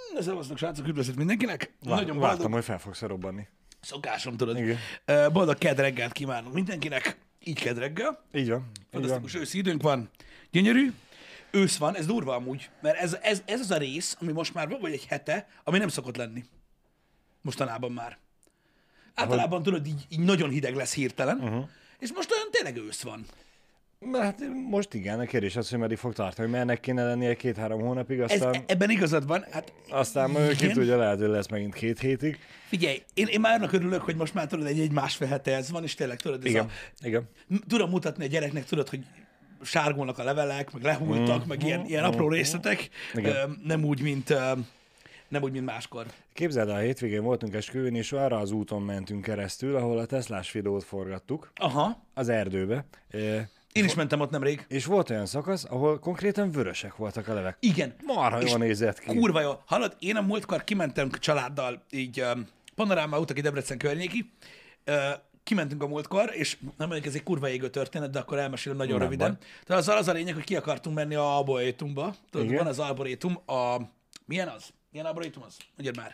Na, szevasztok, srácok, üdvözlet mindenkinek. Nagyon boldog. Vártam, hogy fel fogsz robbanni. Szokásom, tudod. Igen. Boldog kedd reggelt kívánunk mindenkinek. Így kedd reggel. Így van. Fantasztikus őszi időnk van. Gyönyörű. Ősz van, ez durva amúgy. Mert ez az a rész, ami most már vagy egy hete, ami nem szokott lenni. Mostanában már. Általában tudod, így nagyon hideg lesz hirtelen. És most olyan tényleg ősz van. Hát most igen, a kérdés az, hogy meddig fog tartani, mert ennek kéne lennie 2-3 hónapig, aztán... Ebben igazad van. Hát, aztán majd ki tudja, lehet, hogy lesz megint 2 hétig. Figyelj, én már annak örülök, hogy most már tudod, egy másfél hete ez van, és tényleg tudod, ez Igen. Tudom mutatni a gyereknek, tudod, hogy sárgulnak a levelek, meg lehultak, meg ilyen apró részletek, nem úgy, mint máskor. Képzeld el, a hétvégén voltunk esküvőn, és arra az úton mentünk keresztül, ahol a Teslás videót forgattuk. Aha. Az erdőbe. Én is mentem ott nemrég. És volt olyan szakasz, ahol konkrétan vörösek voltak a levek. Igen. Marha jól nézett ki. Kurva jó. Hallod, én a múltkor kimentem családdal, így Panoráma utak Debrecen környéki, kimentünk a múltkor, és nem mondjuk ez egy kurva égő történet, de akkor elmesélem nagyon röviden. Tehát az a lényeg, hogy ki akartunk menni a Arborétumba. Tudod, van az Arborétum, milyen az? Milyen Arborétum az? Mondjad már.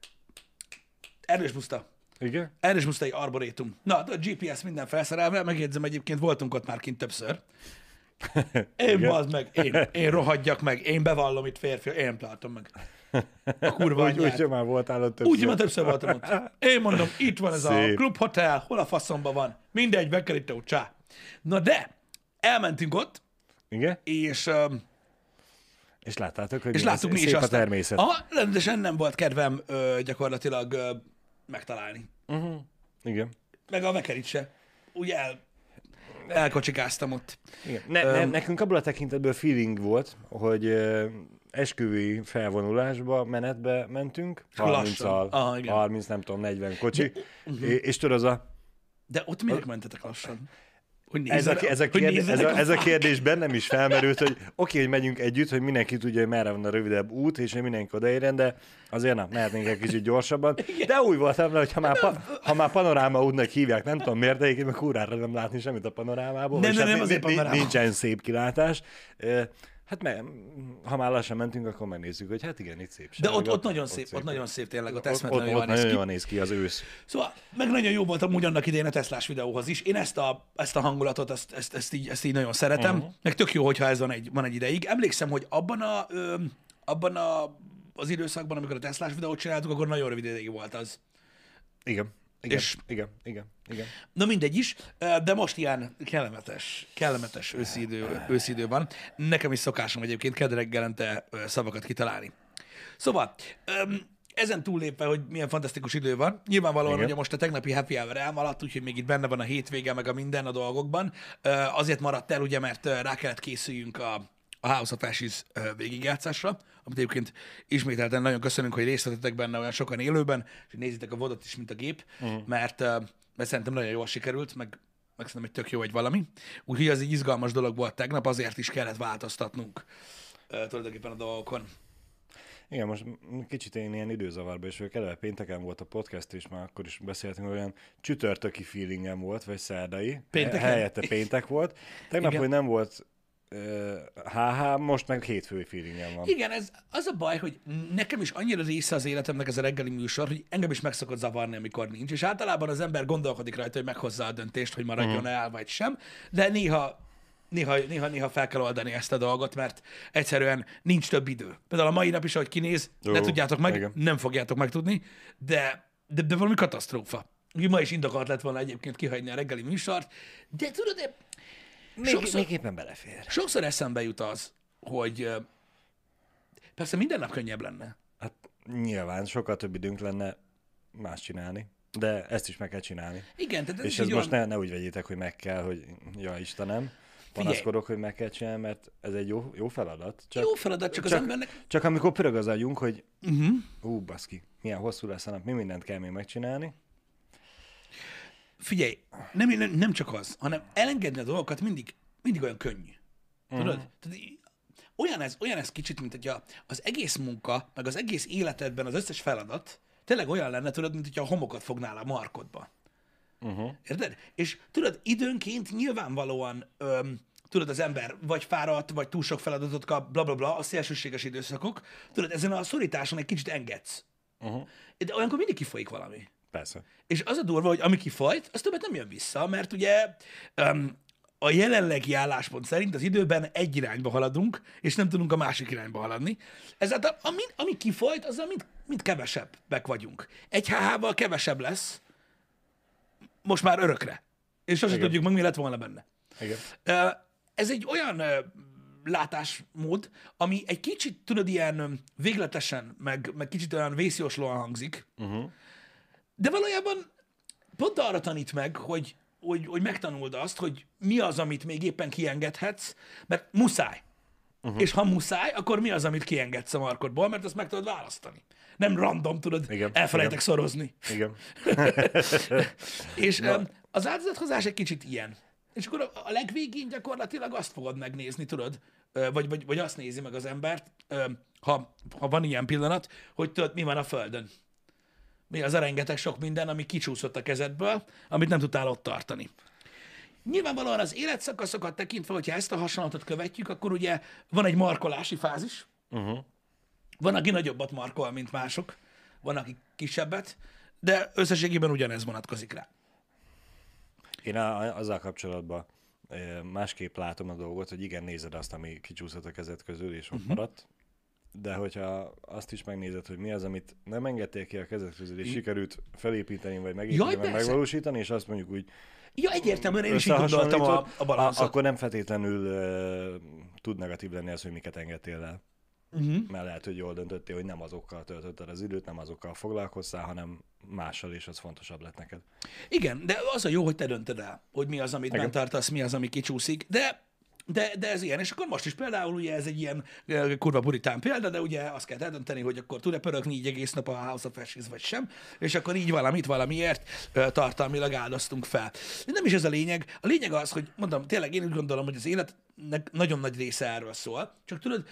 Erdős Buszta. Igen? Erdős Busztai Arborétum. Na, a GPS minden felszerelve, megjegyzem, egyébként voltunk ott már kint többször. Én bazd meg, én rohadjak meg, én bevallom itt férfi, én nem tartom meg. A kurva anyját. Úgy, már voltál ott többször. Úgy, már többször voltam ott. Én mondom, itt van ez a klubhotel, hol a faszomba van. Mindegy, bekerítő, csá. Na de, elmentünk ott, igen? És láttátok, hogy és láttuk mi szép is a azt. természet. Rendesen nem volt kedvem gyakorlatilag megtalálni. Igen. Meg a vekerit se. Úgy elkocsikáztam ott. Igen. Nekünk abból a tekintetből feeling volt, hogy esküvői felvonulásba, menetbe mentünk, 30, nem tudom, 40 kocsi, és tudod az a... De ott miért mentetek lassan? Ez a kérdés bennem is felmerült, hogy oké, hogy megyünk együtt, hogy mindenki tudja, hogy merre van a rövidebb út, és hogy mindenki odaérjen, de azért nem, mehetnénk egy kicsit gyorsabban. De úgy voltam, hogy ha már panoráma útnak hívják, nem tudom miért, de egyébként meg kurrára nem látni semmit a panorámából. Nem azért panoráma. Nincsen szép kilátás. Hát ha már lassan mentünk, akkor megnézzük, hogy hát igen, itt szép. De ott nagyon szép, ott nagyon szép tényleg, ott eszmetlenül jól néz ki. Nagyon jól néz ki az ősz. Szóval meg nagyon jó volt amúgy annak idején a Teslás videóhoz is. Én ezt a hangulatot, ezt így nagyon szeretem. Meg tök jó, hogyha ez van egy ideig. Emlékszem, hogy abban az időszakban, amikor a Teslás videót csináltuk, akkor nagyon rövid ideig volt az. Igen. Igen. Na mindegy is, de most ilyen kellemetes őszi idő van. Nekem is szokásom egyébként kedd reggelente szavakat kitalálni. Szóval, ezen túllépve, hogy milyen fantasztikus idő van, nyilvánvalóan, hogy most a tegnapi happy hour elmaradt, úgyhogy még itt benne van a hétvége, meg a minden a dolgokban. Azért maradt el, ugye, mert rá kellett készüljünk a House of Ashes végigjátszásra, amit egyébként ismételten nagyon köszönünk, hogy részt vettetek benne olyan sokan élőben, és hogy nézitek a vodot is, mint a gép, mert szerintem nagyon jól sikerült, meg szerintem egy tök jó egy valami. Úgyhogy ez egy izgalmas dolog volt tegnap, azért is kellett változtatnunk tulajdonképpen a dolgokon. Igen, most kicsit én ilyen időzavarba, és eleve pénteken volt a podcast, és már akkor is beszéltünk, olyan csütörtöki feelingem volt, vagy szerdai. Helyette péntek volt. Tegnap, hogy nem volt most meg hétfői feelingem van. Igen, ez az a baj, hogy nekem is annyira része az életemnek ez a reggeli műsor, hogy engem is meg szokott zavarni, amikor nincs. És általában az ember gondolkodik rajta, hogy meghozza a döntést, hogy maradjon el, vagy sem. De néha fel kell oldani ezt a dolgot, mert egyszerűen nincs több idő. Például a mai nap is, ahogy kinéz, ne tudjátok meg, igen. Nem fogjátok megtudni, de valami katasztrófa. Ma is indokolt lett volna egyébként kihagyni a reggeli műsort, de tudod, még éppen belefér. Sokszor eszembe jut az, hogy persze minden nap könnyebb lenne. Hát nyilván sokkal több időnk lenne más csinálni, de ezt is meg kell csinálni. Igen, tehát és ez most ne úgy vegyétek, hogy meg kell, hogy ja Istenem, panaszkodok, hogy meg kell csinálni, mert ez egy jó feladat. Jó feladat, csak az embernek... Csak amikor pörög az agyunk, hogy baszki, milyen hosszú lesz a nap, mi mindent kell még megcsinálni. Figyelj, nem csak az, hanem elengedni a dolgokat mindig olyan könnyű. Tudod? Tehát olyan ez kicsit, mint hogy az egész munka, meg az egész életedben az összes feladat tényleg olyan lenne, tudod, mint hogyha a homokat fognál a markodba. Érted? És tudod, időnként nyilvánvalóan tudod, az ember vagy fáradt, vagy túl sok feladatot kap, bla bla bla, a szélsőséges időszakok, tudod, ezen a szorításon egy kicsit engedsz. De olyankor mindig kifolyik valami. Persze. És az a durva, hogy ami kifolyt, az többet nem jön vissza, mert ugye a jelenlegi álláspont szerint az időben egy irányba haladunk, és nem tudunk a másik irányba haladni. Ezáltal ami kifolyt, azzal mind kevesebbek vagyunk. Egy HH-val kevesebb lesz, most már örökre. És sosem tudjuk meg, mi lett volna benne. Igen. Ez egy olyan látásmód, ami egy kicsit, tudod, ilyen végletesen, meg kicsit olyan vészjóslóan hangzik, de valójában pont arra tanít meg, hogy megtanuld azt, hogy mi az, amit még éppen kiengedhetsz, mert muszáj. És ha muszáj, akkor mi az, amit kiengedsz a markodból, mert azt meg tudod választani. Nem random, tudod, igen, elfelejtek szorozni. Igen. És az áldozathozás egy kicsit ilyen. És akkor a legvégén gyakorlatilag azt fogod megnézni, tudod, vagy azt nézi meg az embert, ha van ilyen pillanat, hogy tudod, mi van a Földön. Mi az a rengeteg sok minden, ami kicsúszott a kezedből, amit nem tudtál ott tartani. Nyilvánvalóan az életszakaszokat tekintve, hogyha ezt a hasonlatot követjük, akkor ugye van egy markolási fázis. Van, aki nagyobbat markol, mint mások. Van, aki kisebbet. De összességében ugyanez vonatkozik rá. Én azzal kapcsolatban másképp látom a dolgot, hogy igen, nézed azt, ami kicsúszott a kezed közül, és ott maradt. De hogyha azt is megnézed, hogy mi az, amit nem engedtél ki a kezed közül, és sikerült felépíteni, vagy megépíteni, vagy megvalósítani, és azt mondjuk úgy ja, egyértelműen én is így gondoltam a balanszot. Akkor nem feltétlenül tud negatív lenni az, hogy miket engedtél el. Mert lehet, hogy jól döntöttél, hogy nem azokkal töltötted az időt, nem azokkal foglalkoztál, hanem mással, és az fontosabb lett neked. Igen, de az a jó, hogy te döntöd el, hogy mi az, amit bent tartasz, mi az, ami kicsúszik, de ez ilyen, és akkor most is például ugye ez egy ilyen kurva puritán példa, de ugye azt kell eldönteni, hogy akkor tud-e pörögni így egész nap a House of Ashes, vagy sem, és akkor így valamiért tartalmilag áldoztunk fel. De nem is ez a lényeg. A lényeg az, hogy mondom, tényleg én úgy gondolom, hogy az életnek nagyon nagy része erről szól, csak tudod,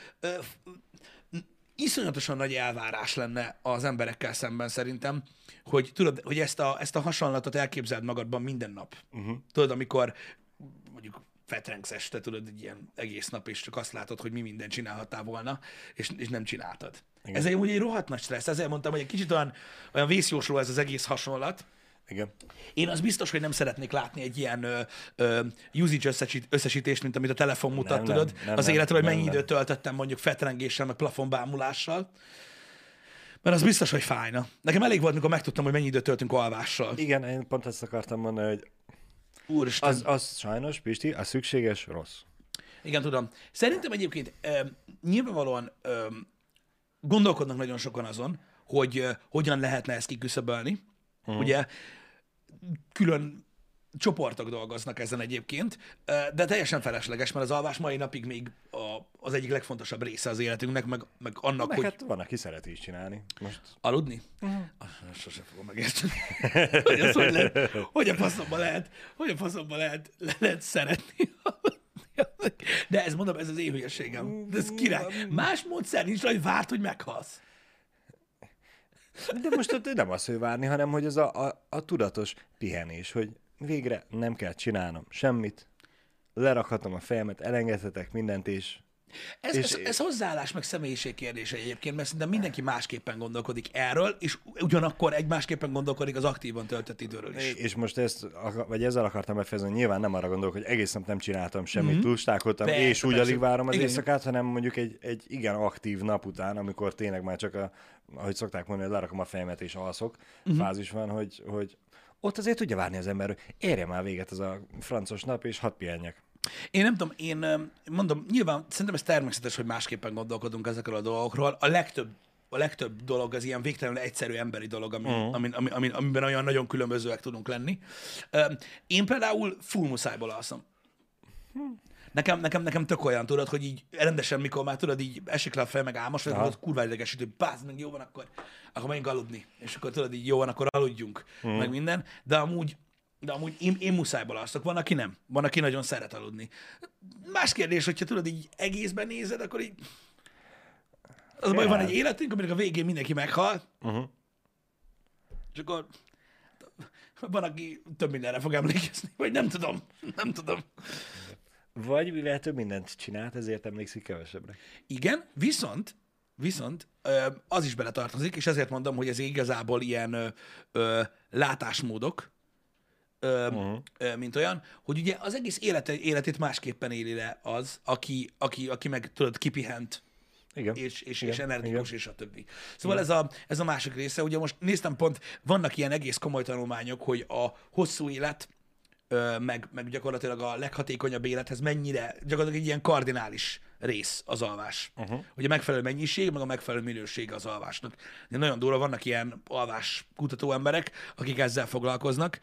iszonyatosan nagy elvárás lenne az emberekkel szemben szerintem, hogy tudod, hogy ezt a hasonlatot elképzeld magadban minden nap. Tudod, amikor mondjuk fetrengsz este, tudod, egy ilyen egész nap, és csak azt látod, hogy mi mindent csinálhattál volna, és nem csináltad. Igen. Ez ugye egy rohadt nagy stressz. Ezért mondtam, hogy egy kicsit olyan vészjósló ez az egész hasonlat. Igen. Én az biztos, hogy nem szeretnék látni egy ilyen usage összesítést, mint amit a telefon mutat, tudod, az életről, hogy mennyi időt töltöttem mondjuk fetrengéssel, meg plafonbámulással. Mert az biztos, hogy fájna. Nekem elég volt, mikor megtudtam, hogy mennyi időt töltünk alvással. Igen, én pont ezt akartam mondani, hogy Úristen. Az sajnos, Pisti, a szükséges rossz. Igen, tudom. Szerintem egyébként nyilvánvalóan gondolkodnak nagyon sokan azon, hogy hogyan lehetne ezt kiküszöbölni. Ugye külön csoportok dolgoznak ezen egyébként, de teljesen felesleges, mert az alvás mai napig még az egyik legfontosabb része az életünknek, meg annak, hogy... Hát van, aki szereti is csinálni. Most... Aludni? Azt sosem fogom megérteni. Hogy a faszomba lehet szeretni. De ez mondom, ez az én hülyeségem. De ez király. Más módszer nincs, hogy várt, hogy meghalsz. De most nem az, hogy várni, hanem hogy az a tudatos pihenés, hogy végre nem kell csinálnom semmit, lerakhatom a fejemet, elengedhetek mindent, és... Ez hozzáállás meg személyiség kérdése egyébként, mert szerintem mindenki másképpen gondolkodik erről, és ugyanakkor másképpen gondolkodik az aktívan töltött időről is. És most ezzel akartam befejezni, nyilván nem arra gondolok, hogy egész nap nem csináltam semmit, túlstákoltam, és úgy alig várom az éjszakát, hanem mondjuk egy igen aktív nap után, amikor tényleg már csak ahogy szokták mondani, hogy lerakom a fejemet és alszok, fázis van, hogy ott azért tudja várni az ember, hogy érje már véget az a francos nap, és hadd pihenjek. Én nem tudom, én mondom, nyilván szerintem ez természetes, hogy másképpen gondolkodunk ezekről a dolgokról. A legtöbb dolog az ilyen végtelenül egyszerű emberi dolog, amiben olyan nagyon különbözőek tudunk lenni. Én például full muszájból alszom. Nekem tök olyan, tudod, hogy így rendesen, mikor már tudod, így esik le a fej, meg álmos, vagy tudod, kurva idegesítő, hogy bázd meg, jó van, akkor menjünk aludni. És akkor tudod, így jó van, akkor aludjunk, meg minden. De amúgy én muszájból alszok, van, aki nem. Van, aki nagyon szeret aludni. Más kérdés, hogyha tudod, így egészben nézed, akkor így... Az baj, van egy életünk, aminek a végén mindenki meghal, és akkor van, aki több mindenre fog emlékezni, vagy nem tudom. Vagy mivel több mindent csinált, ezért emlékszik kevesebbre. Igen, viszont az is beletartozik, és ezért mondom, hogy ez igazából ilyen látásmódok, mint olyan, hogy ugye az egész életét másképpen éli le az, aki meg tudod, kipihent, Igen. és energikus, és a többi. Szóval ez a másik része. Ugye most néztem pont, vannak ilyen egész komoly tanulmányok, hogy a hosszú élet, meg gyakorlatilag a leghatékonyabb élethez mennyire, gyakorlatilag egy ilyen kardinális rész az alvás. Hogy a megfelelő mennyiség, meg a megfelelő minőség az alvásnak. De nagyon durva, vannak ilyen alvás kutató emberek, akik ezzel foglalkoznak.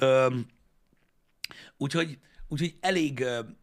Úgyhogy elég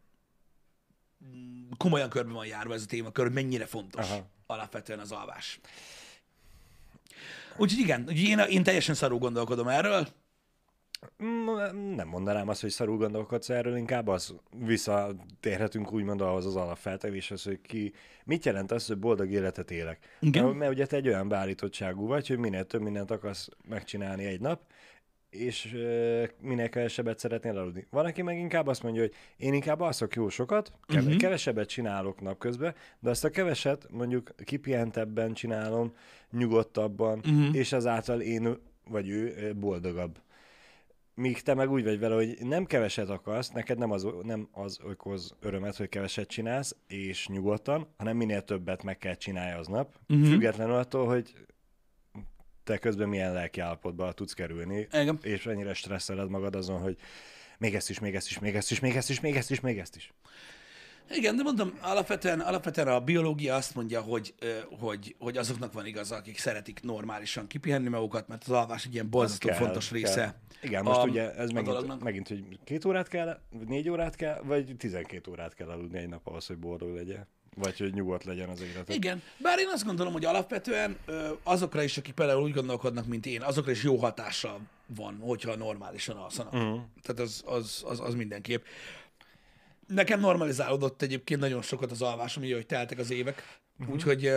komolyan körbe van járva ez a témakör, hogy mennyire fontos alapvetően az alvás. Úgyhogy igen, én teljesen szarul gondolkodom erről. Nem mondanám azt, hogy szarul gondolkodsz erről, inkább az visszatérhetünk úgymond ahhoz az alapfeltevéshez, hogy ki mit jelent az, hogy boldog életet élek. Mert ugye te egy olyan beállítottságú vagy, hogy minél több mindent akarsz megcsinálni egy nap, és minél kevesebbet szeretnél aludni. Van, aki meg inkább azt mondja, hogy én inkább alszok jó sokat, kevesebbet csinálok napközben, de azt a keveset mondjuk kipihentebben csinálom, nyugodtabban, és azáltal én vagy ő boldogabb. Míg te meg úgy vagy vele, hogy nem keveset akarsz, neked nem az okoz örömet, hogy keveset csinálsz, és nyugodtan, hanem minél többet meg kell csinálni aznap, függetlenül attól, hogy te közben milyen lelkiállapotba tudsz kerülni, és ennyire stresszeled magad azon, hogy még ezt is, még ezt is, még ezt is, még ezt is, még ezt is, még ezt is. Igen, de mondom, alapvetően a biológia azt mondja, hogy azoknak van igaza, akik szeretik normálisan kipihenni magukat, mert az alvás egy ilyen borzasztó fontos része. Igen, most ugye ez megint, hogy 2 órát kell, vagy 4 órát kell, vagy 12 órát kell aludni egy nap ahhoz, hogy boldog legyen. Vagy hogy nyugodt legyen az élet. Igen, bár én azt gondolom, hogy alapvetően azokra is, akik például úgy gondolkodnak, mint én, azokra is jó hatással van, hogyha normálisan alszanak. Tehát az mindenképp. Nekem normalizálódott egyébként nagyon sokat az alvásom, így, hogy teltek az évek. Úgyhogy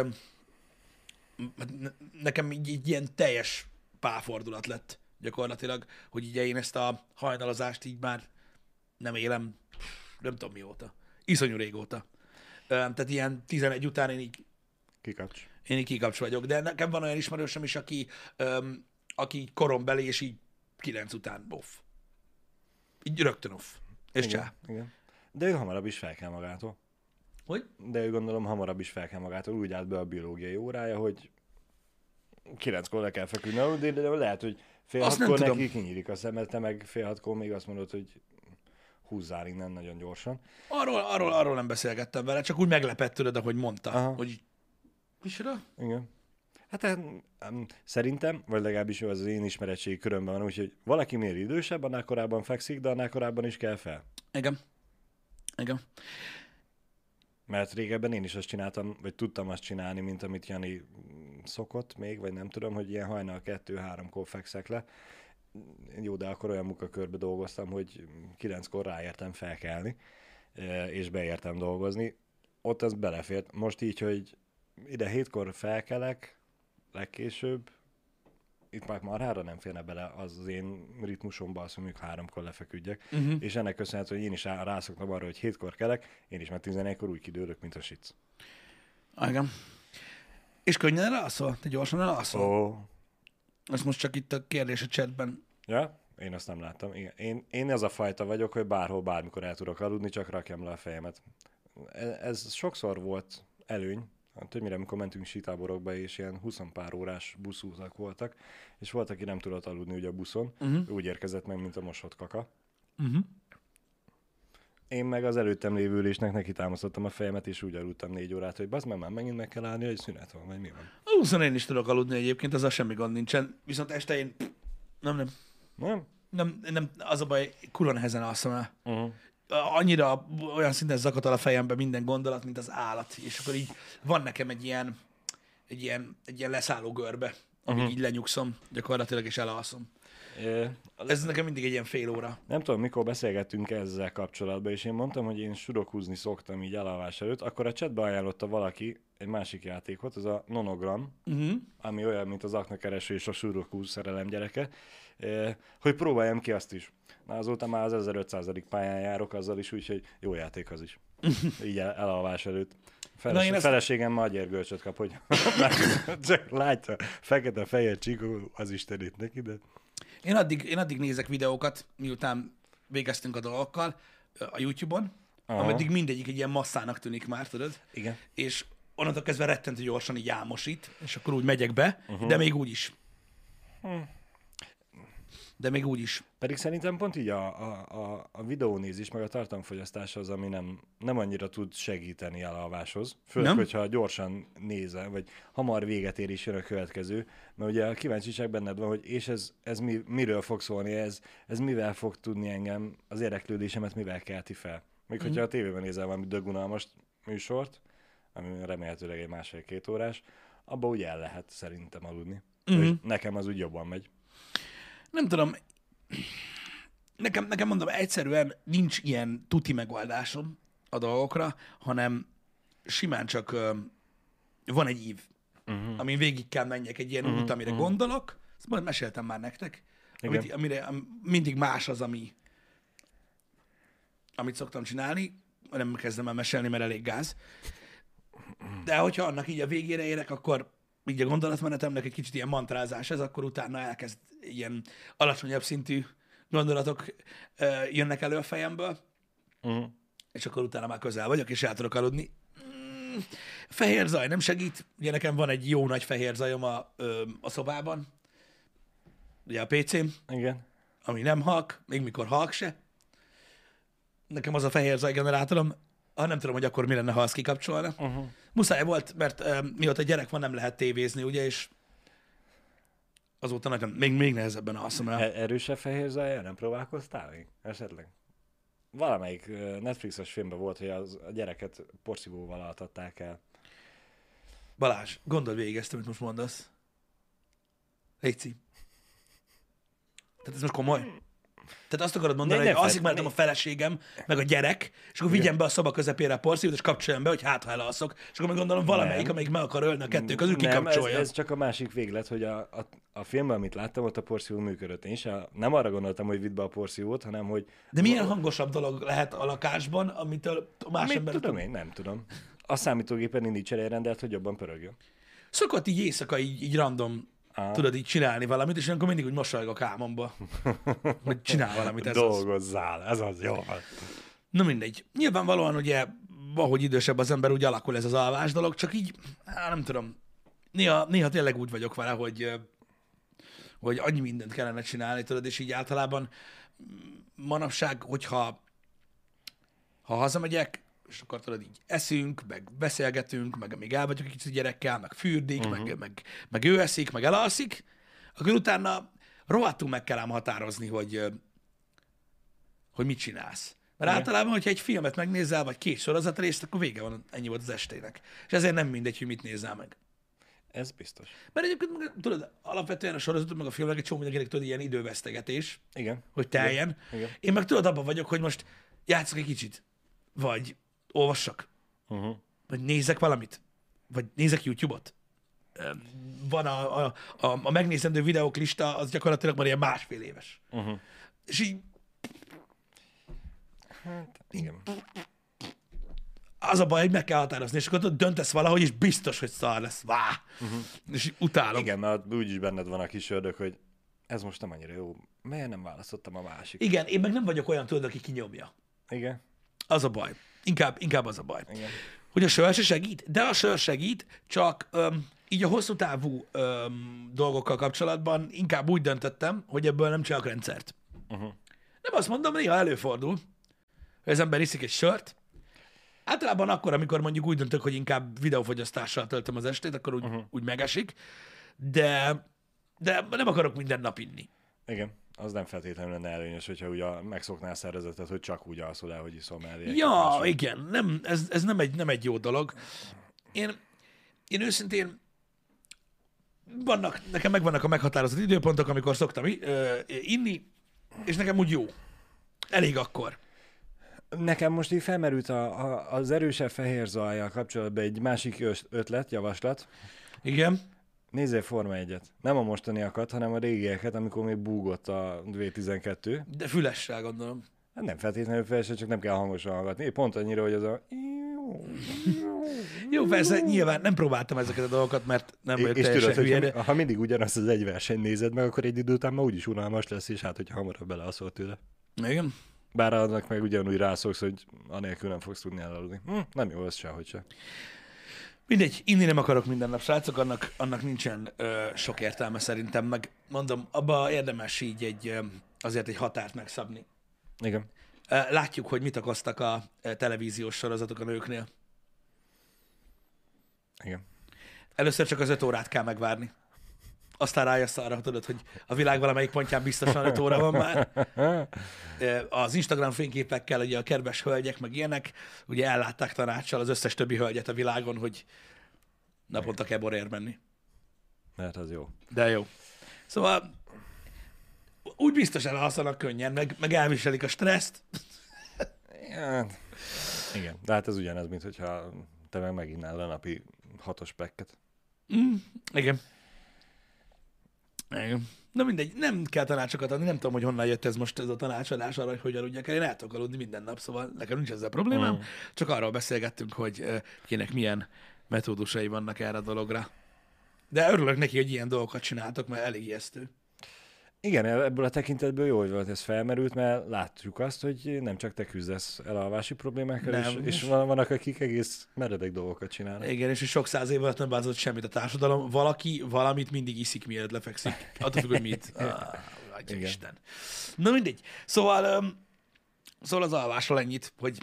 nekem így ilyen teljes pálfordulat lett gyakorlatilag, hogy ugye én ezt a hajnalazást így már nem élem, nem tudom mióta. Iszonyú régóta. Tehát ilyen 11 után én így kikapcs vagyok. De nekem van olyan ismerősöm is, aki korombeli, és így 9 után off. Így rögtön off. És csá. Igen. De ő hamarabb is fel kell magától. Hogy? De ő gondolom hamarabb is fel kell magától. Úgy állt be a biológiai órája, hogy 9-kor le kell feküdni, de lehet, hogy fél 6-kor neki kinyílik a szemed, te meg fél 6-kor még azt mondod, hogy húzzál innen nagyon gyorsan. Arról nem beszélgettem vele, csak úgy meglepett tőled, ahogy mondta, hogy micsoda? Igen. Hát szerintem, vagy legalábbis az én ismeretségi körömben van, úgyhogy valaki minél idősebb, annál korábban fekszik, de annál korábban is kell fel. Igen. Mert régebben én is azt csináltam, vagy tudtam azt csinálni, mint amit Jani szokott még, vagy nem tudom, hogy ilyen hajnal 2-3-kor fekszek le. Jó, de akkor olyan munkakörbe dolgoztam, hogy 9-kor ráértem felkelni, és beértem dolgozni. Ott az belefért. Most így, hogy ide 7-kor felkelek, legkésőbb, itt már marhára nem férne bele az én ritmusomba, azt mondjuk 3-kor lefeküdjek, és ennek köszönhető, hogy én is rászoktam arra, hogy 7-kor kelek, én is már 11-kor úgy kidőlök, mint a sic. Igen. És könnyen elalszol? Te gyorsan elalszol? Ez most csak itt a kérdés a chatben. Ja? Én azt nem láttam. Igen. Én az a fajta vagyok, hogy bárhol, bármikor el tudok aludni, csak rakjam le a fejemet. Ez sokszor volt előny, többnyire, amikor mentünk sítáborokba, és ilyen 20 pár órás buszútak voltak, és volt, aki nem tudott aludni ugye a buszon, úgy érkezett meg, mint a mosott kaka. Én meg az előttem lévő ülésnek neki támasztottam a fejemet, és úgy aludtam 4 órát, hogy bazd meg, már megint meg kell állni, hogy szünet van, vagy mi van. A buszon én is tudok aludni egyébként, az semmi gond nincsen, viszont este én nem, az a baj, kurva nehezen alszom el. Annyira olyan szinten zakat a fejembe minden gondolat, mint az állat, és akkor így van nekem egy ilyen leszálló görbe, amíg így lenyugszom gyakorlatilag, és elalszom. Ez nekem mindig egy ilyen fél óra. Nem tudom, mikor beszélgettünk ezzel kapcsolatban, és én mondtam, hogy én sudokuzni szoktam így elalvás előtt, akkor a chatbe ajánlotta valaki egy másik játékot, az a Nonogram, ami olyan, mint az aknakereső és a Sudoku szerelem gyereke, hogy próbáljam ki azt is. Na, azóta már az 1500. pályán járok azzal is, úgyhogy jó játék az is. Így elalvás előtt. Feleségem ma gyergölcsöt kap, hogy csak látja, fekete-fehér csíkó, az istenét neki, de... Én addig nézek videókat, miután végeztünk a dolgokkal a YouTube-on, ameddig mindegyik egy ilyen masszának tűnik már, tudod? Igen. És onnantól kezdve rettentő gyorsan így álmosít, és akkor úgy megyek be, de még úgy is. De még úgy is. Pedig szerintem pont így a videónézés, meg a tartalomfogyasztás az, ami nem annyira tud segíteni elalváshoz. Főleg, hogyha gyorsan nézel, vagy hamar véget ér is jön a következő. Mert ugye a kíváncsiság benned van, hogy és ez miről fog szólni, ez mivel fog tudni engem, az érdeklődésemet mivel kelti fel. Még hogyha a tévében nézel valami dögunalmas műsort, ami remélhetőleg egy 1,5-2 órás, abba úgy el lehet szerintem aludni. Nekem az úgy jobban megy. Nem tudom, nekem mondom, egyszerűen nincs ilyen tuti megoldásom a dolgokra, hanem simán csak van egy ív, amin végig kell menjek egy ilyen út, amire gondolok. Ezt majd meséltem már nektek, amire mindig más az, amit szoktam csinálni. Nem kezdem el mesélni, mert elég gáz. De hogyha annak így a végére érek, akkor így a gondolatmenetemnek egy kicsit ilyen mantrázás ez, akkor utána elkezd ilyen alacsonyabb szintű gondolatok jönnek elő a fejemből, és akkor utána már közel vagyok, és el tudok aludni. Fehér zaj nem segít. Ugye nekem van egy jó nagy fehér zajom a szobában, ugye a PC-m, igen, ami nem halk, még mikor halk se. Nekem az a fehér zaj generátorom, nem tudom, hogy akkor mi lenne, ha azt kikapcsolna. Muszáj volt, mert mióta gyerek van, nem lehet tévézni, ugye, és azóta nagyon, még nehezebben alszom el. Erősebb fehér zajjal nem próbálkoztál még? Esetleg? Valamelyik Netflixes filmben volt, hogy a gyereket porszívóval altatták el. Balázs, gondold végig ezt, amit most mondasz. Léci. Tehát ez most komoly? Tehát azt akarod mondani, hogy alszik mellettem a feleségem, meg a gyerek, és akkor vigyem be a szoba közepére a porszívót, és kapcsoljam be, hogy hát ha elalszok, és akkor meg gondolom valamelyik, amelyik meg akar ölni a kettő közül, kikapcsolja. Ez csak a másik véglet, hogy a filmben, amit láttam, ott a porszívó működött. Én is nem arra gondoltam, hogy vidd be a porszívót, hanem hogy... De milyen hangosabb dolog lehet a lakásban, amitől más ember... Tudom én, nem tudom. A számítógépen indíts el egy rendelt, hogy jobban pörögjön. Szokott így éjszaka így random tudod így csinálni valamit, és akkor mindig úgy mosolygok álmomba, hogy csinál valamit. Dolgozzál, ez az jó. Na mindegy. Nyilvánvalóan ugye, ahogy idősebb az ember, úgy alakul ez az alvás dolog, csak így, nem tudom, néha tényleg úgy vagyok vele, hogy annyi mindent kellene csinálni, tudod, és így általában manapság, hogyha hazamegyek, és akkor tudod, így eszünk, meg beszélgetünk, meg még el vagyok egy kicsit gyerekkel, meg fürdik, meg ő eszik, meg elalszik, akkor utána rohadtul meg kell ám határozni, hogy mit csinálsz. Mert általában, hogyha egy filmet megnézel, vagy 2 sorozatrészt, akkor vége van, ennyi volt az estének. És ezért nem mindegy, hogy mit nézel meg. Ez biztos. Mert egyébként, tudod, alapvetően a sorozatok, meg a filmek egy csomó mindenkinek tudod, ilyen idővesztegetés, igen, hogy teljen. Igen. Én meg tudod, abban vagyok, hogy most játszok egy kicsit, vagy olvassak, vagy nézek valamit, vagy nézek YouTube-ot. Van a megnézendő videók lista, az gyakorlatilag már ilyen 1,5 éves. És így... Hát, igen. Az a baj, hogy meg kell határozni, és akkor döntesz valahogy, és biztos, hogy szar lesz. És utálom. Igen, mert úgyis benned van a kis ördög, hogy ez most nem annyira jó. Miért nem választottam a másik? Igen, én meg nem vagyok olyan, tudod, aki kinyomja. Igen. Az a baj. Inkább az a baj. Igen. Hogy a sör se segít, de a sör segít, csak így a hosszú távú dolgokkal kapcsolatban inkább úgy döntöttem, hogy ebből nem csinálok rendszert. Nem azt mondom, néha előfordul, hogy az ember iszik egy sört. Általában akkor, amikor mondjuk úgy döntök, hogy inkább videófogyasztással töltöm az estét, akkor úgy megesik, de nem akarok minden nap inni. Igen. Az nem feltétlenül lenne előnyös, hogyha ugye megszoknál szervezetet, hogy csak úgy alszol el, hogy iszol mellé. Ja, igen. Nem, ez nem egy jó dolog. Én őszintén nekem megvannak a meghatározott időpontok, amikor szoktam inni, és nekem úgy jó. Elég akkor. Nekem most így felmerült az erősebb fehér zajjal kapcsolatban egy másik javaslat. Igen. Nézzél Forma 1-et. Nem a mostaniakat, hanem a régieket, amikor még búgott a V12. De fülessel gondolom. Hát nem feltétlenül fülessel, csak nem kell hangosan hallgatni. Pont annyira, hogy az a... Jó, persze, nyilván nem próbáltam ezeket a dolgokat, mert nem vagyok teljesen hülye, de... Ha mindig ugyanazt az egy verseny nézed meg, akkor egy idő után már úgyis unalmas lesz, és hát, hogyha hamarabb beleaszol tőle. Igen. Bár annak meg ugyanúgy rászoksz, hogy anélkül nem fogsz tudni elaludni. Nem jó, ez sehogy se. Mindegy, inni nem akarok minden nap, srácok, annak nincsen sok értelme szerintem, meg mondom, abba érdemes így azért egy határt megszabni. Igen. Látjuk, hogy mit okoztak a televíziós sorozatok a nőknél. Igen. Először csak az 5 órát kell megvárni. Aztán rájössz arra, tudod, hogy a világ valamelyik pontján biztosan 5 óra van már. Az Instagram fényképekkel ugye a kedves hölgyek, meg ilyenek, ugye ellátták tanácssal az összes többi hölgyet a világon, hogy naponta kell borért menni. Mert az jó. De jó. Szóval úgy biztos elalszanak könnyen, meg elviselik a stresszt. Ja, igen, de hát ez ugyanez, mint hogyha te meg meginnál a napi 6-os pekket. Igen. Igen. Na mindegy, nem kell tanácsokat adni, nem tudom, hogy honnan jött ez most ez a tanácsadás arra, hogy hogyan aludjak el. Én el tudok aludni minden nap, szóval nekem nincs ezzel problémám. Csak arról beszélgettünk, hogy kinek milyen metódusai vannak erre a dologra. De örülök neki, hogy ilyen dolgokat csináltok, mert elég ijesztő. Igen, ebből a tekintetből jó, hogy volt ez felmerült, mert látjuk azt, hogy nem csak te küzdesz elalvási problémákkal, és vannak, akik egész meredek dolgokat csinálnak. Igen, és sok száz év alatt nem változott semmit a társadalom. Valaki valamit mindig iszik, mielőtt lefekszik. Attól függ, hogy mit. Isten. Na mindegy. Szóval az alvásról ennyit, hogy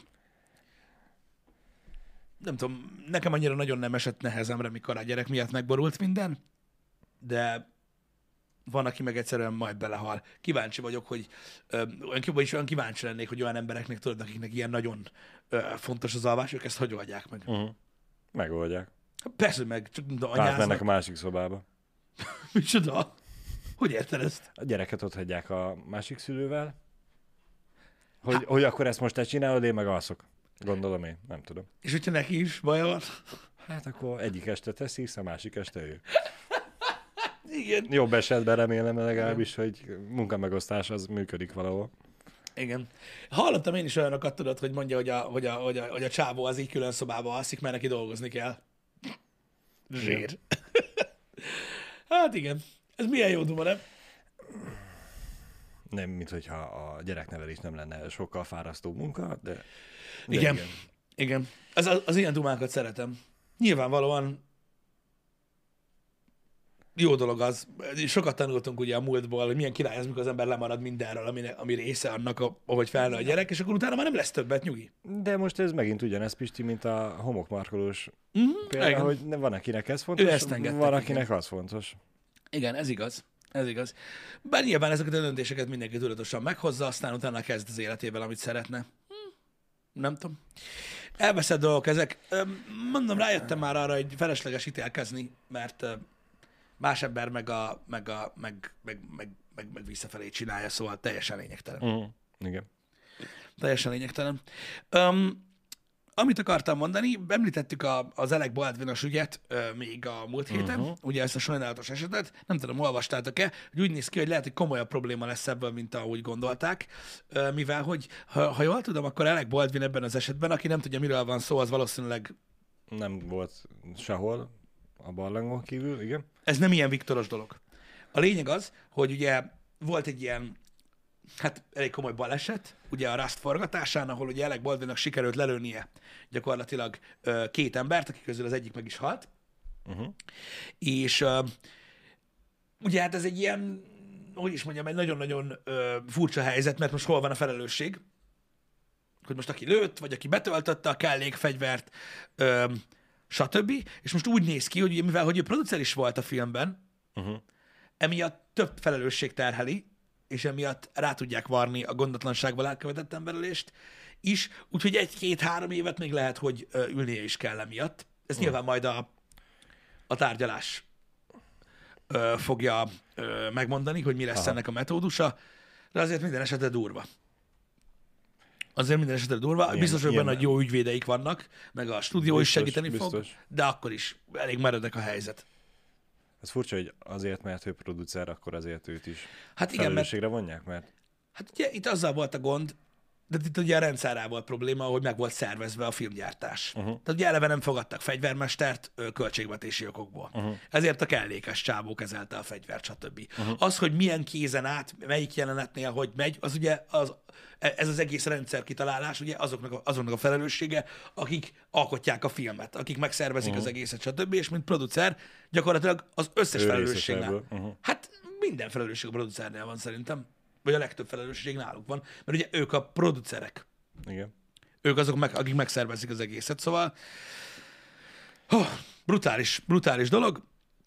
nem tudom, nekem annyira nagyon nem esett nehezemre, mikor a gyerek miatt megborult minden, de van, aki meg egyszerűen majd belehal. Kíváncsi vagyok, hogy olyan kíváncsi lennék, hogy olyan embereknek tudod, akiknek ilyen nagyon fontos az alvás, ők ezt hogy oldják meg. Megoldják. Persze meg, csak mennek a másik szobába. Micsoda? Hogy érted ezt? A gyereket ott hagyják a másik szülővel, hogy akkor ezt most te csinálod, én meg alszok. Gondolom én, nem tudom. És hogyha neki is baja van? Hát akkor egyik este teszi, a másik este ő. Igen. Jobb esetben remélem legalábbis, hogy munkamegosztás az működik valahol. Igen. Hallottam én is olyanokat, tudod, hogy mondja, hogy a csávó az így külön szobába alszik, mert neki dolgozni kell. Zsír. Hát igen. Ez milyen jó duma, nem? Nem, mint hogyha a gyereknevelés nem lenne sokkal fárasztó munka, de igen. Igen. Az ilyen dumákat szeretem. Nyilvánvalóan jó dolog az. Sokat tanultunk ugye a múltból, hogy milyen király az, mikor az ember lemarad mindenről, ami része annak, ahogy felnő a gyerek, és akkor utána már nem lesz többet, nyugi. De most ez megint ugyanez, Pisti, mint a homokmarkolós például, hogy van akinek ez fontos, van akinek az fontos. Igen, ez igaz. Ez igaz. Bár nyilván ezeket a döntéseket mindenki tudatosan meghozza, aztán utána kezd az életével, amit szeretne. Nem tudom. Elveszett dolgok ezek. Mondom, rájöttem már arra, hogy felesleges ítélkezni, mert más ember meg visszafelé csinálja, szóval teljesen lényegtelen. Igen. Teljesen lényegtelen. Amit akartam mondani, említettük az Alec Baldwin-os ügyet még a múlt héten, ugye ezt a sajnálatos esetet, nem tudom, olvastátok-e, hogy úgy néz ki, hogy lehet, hogy komolyabb probléma lesz ebből, mint ahogy gondolták, mivel, hogy ha jól tudom, akkor Alec Baldwin ebben az esetben, aki nem tudja, miről van szó, az valószínűleg... Nem volt sehol a barlangon kívül, igen. Ez nem ilyen viktoros dolog. A lényeg az, hogy ugye volt egy ilyen elég komoly baleset, ugye a Rust forgatásán, ahol ugye Alec Baldwinnak sikerült lelőnie gyakorlatilag 2 embert, akik közül az egyik meg is halt. És ugye hát ez egy ilyen, hogy is mondjam, egy nagyon-nagyon furcsa helyzet, mert most hol van a felelősség? Hogy most aki lőtt, vagy aki betöltötte a kellékfegyvert, stb. És most úgy néz ki, hogy ugye, mivel hogy ő producer is volt a filmben, emiatt több felelősség terheli, és emiatt rá tudják varni a gondatlanságból elkövetett emberölést is, úgyhogy 1-2-3 évet még lehet, hogy ülnie is kell emiatt. Ez nyilván majd a tárgyalás fogja megmondani, hogy mi lesz ennek a metódusa, de azért minden esetre durva. Azért minden esetre durva. Biztos, hogy benne, hogy jó ügyvédeik vannak, meg a stúdió is segíteni fog, de akkor is elég meredek a helyzet. Ez furcsa, hogy azért, mert ő producer, akkor azért őt is hát igen, felelősségre vonják, mert... Hát ugye itt azzal volt a gond, de itt ugye a rendszerrel volt probléma, hogy meg volt szervezve a filmgyártás. Tehát ugye eleve nem fogadtak fegyvermestert költségvetési okokból. Ezért a kellékes csávó kezelte a fegyvert, stb. Az, hogy milyen kézen át, melyik jelenetnél hogy megy, az ugye ez az egész rendszer kitalálás, ugye azoknak a felelőssége, akik alkotják a filmet, akik megszervezik az egészet, stb. És mint producer gyakorlatilag az összes felelősségnél. Hát minden felelősség a producernél van szerintem. Vagy a legtöbb felelősség náluk van, mert ugye ők a producerek. Igen. Ők azok, akik megszervezik az egészet, szóval brutális dolog.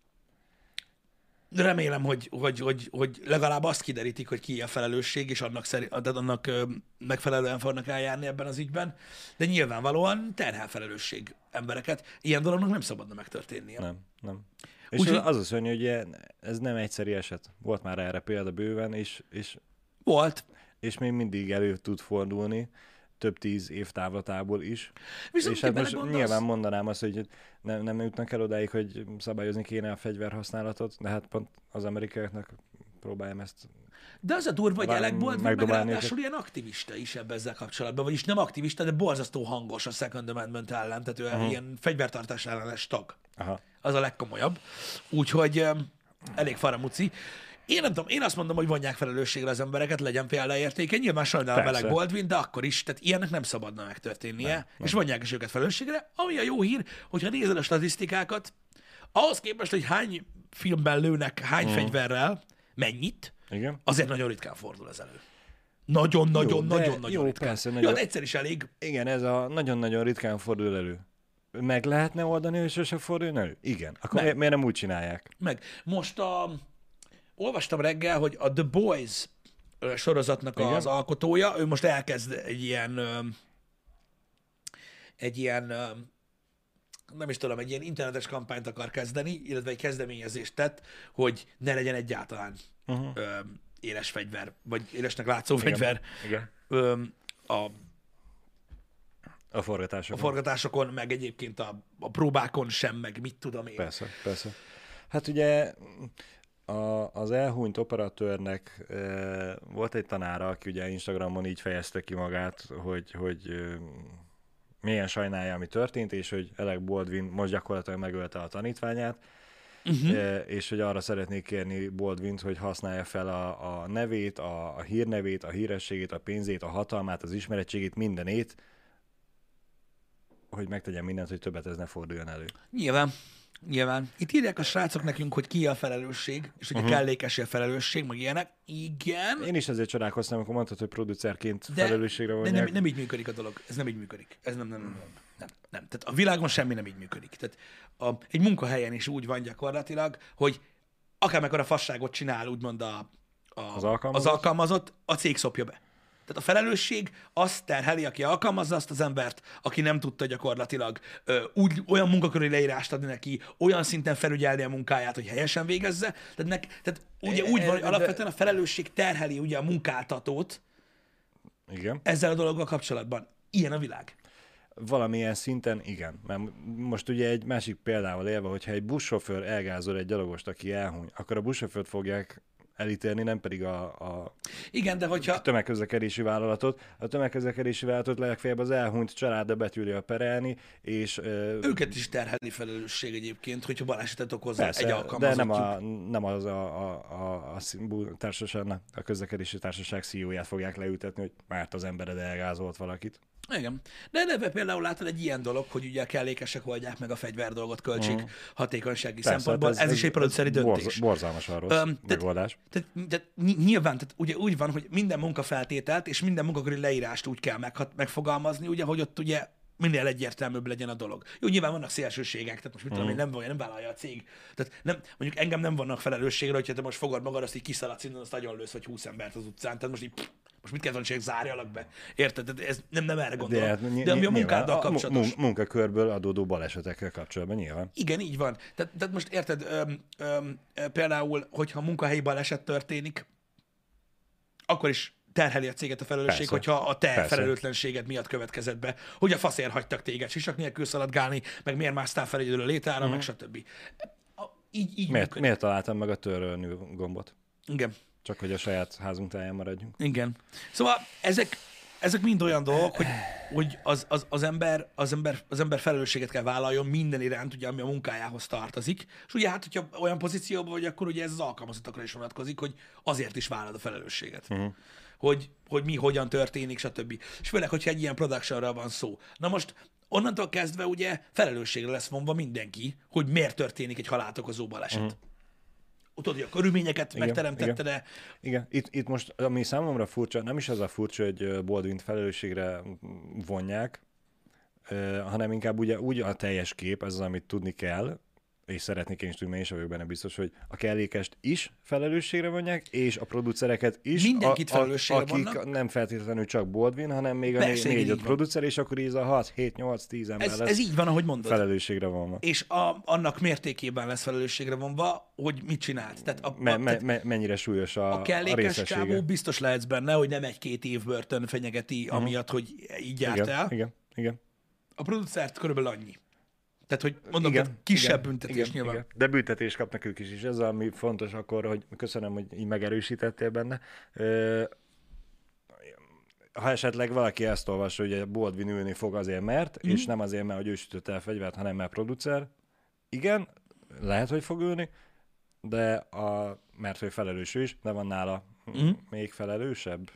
Remélem, hogy legalább azt kiderítik, hogy ki a felelősség, és annak megfelelően fognak eljárni ebben az ügyben, de nyilvánvalóan terhel felelősség embereket. Ilyen dolognak nem szabadna megtörténnie. Nem. És az a szörnyű, hogy ez nem egyszeri eset. Volt már erre példa bőven, és volt. És még mindig elő tud fordulni, több 10 év távlatából is. Viszont és hát most nyilván mondanám azt, hogy nem jutnak el odáig, hogy szabályozni kéne a fegyverhasználatot, de hát pont az amerikaiaknak próbálják ezt. De az a durva, hogy Alec Baldwin meg ráadásul ilyen aktivista is ebben ezzel kapcsolatban, vagyis nem aktivista, de borzasztó hangos a Second Amendment ellen, tehát ő ilyen fegyvertartás ellenes tag. Aha. Az a legkomolyabb. Úgyhogy elég faramuci. Én nem tudom, én azt mondom, hogy vonják felelősségre az embereket, legyen példaértéke. Nyilván sajnálom Alec Baldwin, de akkor is, tehát ilyennek nem szabadna megtörténnie, nem. És vonják is őket felelősségre. Ami a jó hír, hogyha nézed a statisztikákat, ahhoz képest, hogy hány filmben lőnek, hány fegyverrel, mennyit, igen. Azért nagyon ritkán fordul ez elő. Nagyon ritkán. Persze, nagyon... Jó, egyszer is elég. Igen, ez a nagyon-nagyon ritkán fordul elő. Meg lehetne oldani, hogy sose forduljon elő? Igen. Akkor miért nem úgy csinálják? Meg. Most olvastam reggel, hogy a The Boys sorozatnak az alkotója, ő most elkezd egy ilyen nem is tudom, egy ilyen internetes kampányt akar kezdeni, illetve egy kezdeményezést tett, hogy ne legyen egyáltalán éles fegyver, vagy élesnek látszó fegyver a forgatásokon. A forgatásokon, meg egyébként a próbákon sem, meg mit tudom én. Persze. Hát ugye az elhunyt operatőrnek volt egy tanára, aki ugye Instagramon így fejezte ki magát, hogy milyen sajnálja, ami történt, és hogy Alec Baldwin most gyakorlatilag megölte a tanítványát, és hogy arra szeretnék kérni Baldwint, hogy használja fel a nevét, a hírnevét, a hírességét, a pénzét, a hatalmát, az ismeretségét, mindenét, hogy megtegyen mindent, hogy többet ez ne forduljon elő. Nyilván. Itt írják a srácok nekünk, hogy ki a felelősség, és hogy a kellékes a felelősság, meg ilyenek. Igen. Én is ezért csodálkoztam, amikor mondtad, hogy producerként felelősségre vonják. De nem így működik a dolog. Ez nem így működik. Ez nem. Tehát a világon semmi nem így működik. Tehát egy munkahelyen is úgy van gyakorlatilag, hogy akármekkora fasságot csinál, úgymond az alkalmazott, a cég szopja be. Tehát a felelősség azt terheli, aki alkalmazza azt az embert, aki nem tudta gyakorlatilag olyan munkakörüli leírást adni neki, olyan szinten felügyelni a munkáját, hogy helyesen végezze. Tehát ugye úgy van, hogy alapvetően a felelősség terheli ugye a munkáltatót. Igen. Ezzel a dologgal kapcsolatban. Ilyen a világ. Valamilyen szinten igen. Mert most ugye egy másik példával élve, hogyha egy buszsofőr elgázol egy gyalogost, aki elhuny, akkor a buszsofőrt fogják elítélni, nem pedig igen, de hogyha... a tömegközlekedési vállalatot. A tömegközlekedési vállalatot legfeljebb az elhunyt családra betűrje perelni, és... őket is terheli felelősség egyébként, hogyha balesetet okozza persze, egy alkalmazottjuk. De nem az a közlekedési társaság CEO-ját fogják leültetni, hogy már az embered elgázolt valakit. Igen. De például látod egy ilyen dolog, hogy ugye a kellékesek oldják meg a fegyver dolgot hatékonysági szempontból. Ez is egy produceri döntés. Borzalmasan rossz megoldás. Tehát nyilván tehát ugye úgy van, hogy minden munkafeltételt és minden munkaköri leírást úgy kell megfogalmazni, ugye, hogy ott ugye minél egyértelműbb legyen a dolog. Jó, nyilván vannak szélsőségek, tehát most mit tudom én, nem vállalja a cég. Tehát mondjuk engem nem vannak felelősségre, hogyha te most fogod magad, azt így kiszaladsz innen, azt nagyon lősz, vagy 20 embert az utcán. Tehát most így most mit kell tanulni, zárjalak be? Érted? Tehát ez nem erre gondolom. De ami a munkáddal kapcsolatos. Munkakörből adódó balesetekkel kapcsolatban nyilván. Igen, így van. Tehát most érted, például, hogyha munkahelyi baleset történik, akkor is terheli a céget a felelősség, Persze. hogyha a te Persze. felelőtlenséged miatt következett be, hogy a faszért hagytak téged sisak nélkül szaladgálni, meg miért másztál fel egyedül a létára, meg stb. Így Miért találtam meg a törölni gombot? Igen. Csak hogy a saját házunk táján maradjunk. Igen. Szóval ezek mind olyan dolgok, hogy az ember felelősséget kell vállaljon minden iránt, ugye, ami a munkájához tartozik. És ugye hát, hogyha olyan pozícióban vagy, akkor ugye ez az alkalmazottakra is vonatkozik, hogy azért is vállalod a felelősséget. Hogy mi, hogyan történik, stb. És főleg, hogyha egy ilyen productionra van szó. Na most onnantól kezdve ugye felelősségre lesz vonva mindenki, hogy miért történik egy halált okozó baleset. Tudod, hogy a körülményeket megteremtette, de... Igen, itt most, ami számomra furcsa, nem is az a furcsa, hogy Baldwin felelősségre vonják, hanem inkább ugye úgy a teljes kép, ez az, amit tudni kell, és szeretnék én is tudni, én is vagyok benne biztos, hogy a kellékest is felelősségre vonják, és a producereket is, mindenkit felelősségre akik vannak. Nem feltétlenül csak Baldwin, hanem még a Persze, 4-5 producer, és akkor így a 6, 7, 8, 10 ember lesz Ez így van, ahogy mondod. felelősségre vonva. És annak mértékében lesz felelősségre vonva, hogy mit csinált. Tehát mennyire súlyos a kellékes csávó, részessége. biztos lehetsz benne, hogy nem 1-2 év börtön fenyegeti, amiatt, hogy így járt el. Igen. A producert körülbelül annyi. Tehát, hogy mondom, tehát kisebb büntetés nyilván. Igen. De büntetést kapnak ők is, és ez ami fontos akkor, hogy köszönöm, hogy így megerősítettél benne. Ha esetleg valaki ezt olvassa, hogy a Baldwin ülni fog azért mert, és nem azért, mert hogy ő sütött el fegyvert, hanem mert producer, igen, lehet, hogy fog ülni, de mert hogy felelős ő is, de van nála még felelősebb.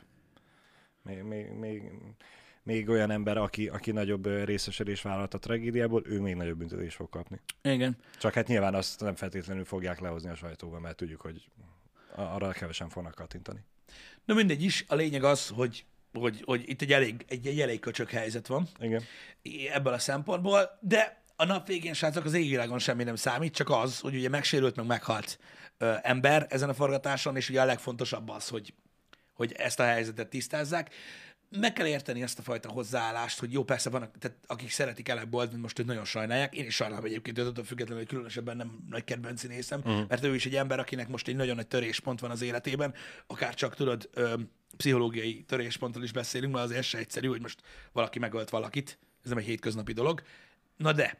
Még olyan ember, aki nagyobb részesedés vállalt a tragédiából, ő még nagyobb büntetést fog kapni. Igen. Csak hát nyilván azt nem feltétlenül fogják lehozni a sajtóba, mert tudjuk, hogy arra kevesen fognak kattintani. Na mindegy is, a lényeg az, hogy itt egy elég köcsög helyzet van. Igen. Ebből a szempontból, de a nap végén, srácok, az égvilágon semmi nem számít, csak az, hogy ugye megsérült, meg meghalt ember ezen a forgatáson, és ugye a legfontosabb az, hogy ezt a helyzetet tisztázzák. Meg kell érteni ezt a fajta hozzáállást, hogy jó, persze vannak, tehát akik szeretik Alec Baldwin, most őt nagyon sajnálják. Én is sajnálom egyébként, hogy attól függetlenül, hogy különösebben nem nagy kedvenc színészem, mert ő is egy ember, akinek most egy nagyon nagy töréspont van az életében, akár csak tudod, pszichológiai töréspontról is beszélünk, mert azért se egyszerű, hogy most valaki megölt valakit, ez nem egy hétköznapi dolog. Na de,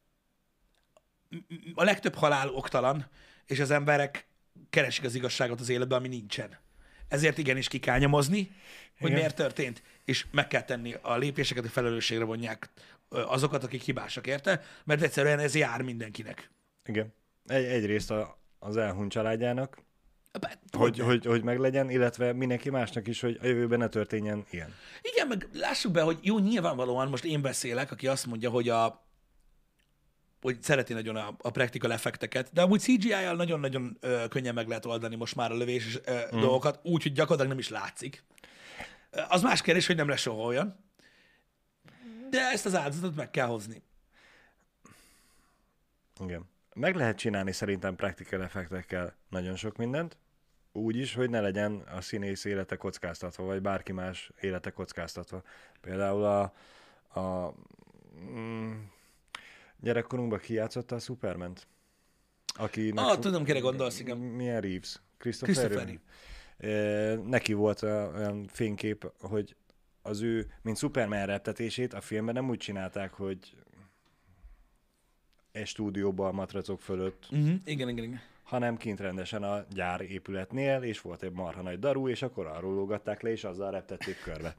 a legtöbb halál oktalan, és az emberek keresik az igazságot az életben, ami nincsen. Ezért igenis ki kell nyomozni, hogy miért történt, és meg kell tenni a lépéseket, hogy felelősségre vonják azokat, akik hibásak érte, mert egyszerűen ez jár mindenkinek. Igen. Egyrészt az elhunyt családjának, hogy meglegyen, illetve mindenki másnak is, hogy a jövőben ne történjen ilyen. Igen, meg lássuk be, hogy jó, nyilvánvalóan most én beszélek, aki azt mondja, hogy szereti nagyon a practical effekteket, de amúgy CGI-jal nagyon-nagyon könnyen meg lehet oldani most már a lövés dolgokat, úgy, hogy gyakorlatilag nem is látszik. Az más kérdés, hogy nem lesz soha olyan, de ezt az áldozatot meg kell hozni. Igen. Meg lehet csinálni szerintem practical effektekkel nagyon sok mindent, úgy is, hogy ne legyen a színész élete kockáztatva, vagy bárki más élete kockáztatva. Például a gyerekkorunkban ki játszotta a Superman-t? Tudom, kire gondolsz, igen. Milyen Reeves? Christopher Reeve. Neki volt olyan fénykép, hogy az ő, mint Superman reptetését a filmben nem úgy csinálták, hogy egy stúdióban a matracok fölött, Igen. hanem kint rendesen a gyár épületnél, és volt egy marha nagy daru, és akkor arról lógatták le, és azzal reptették körbe.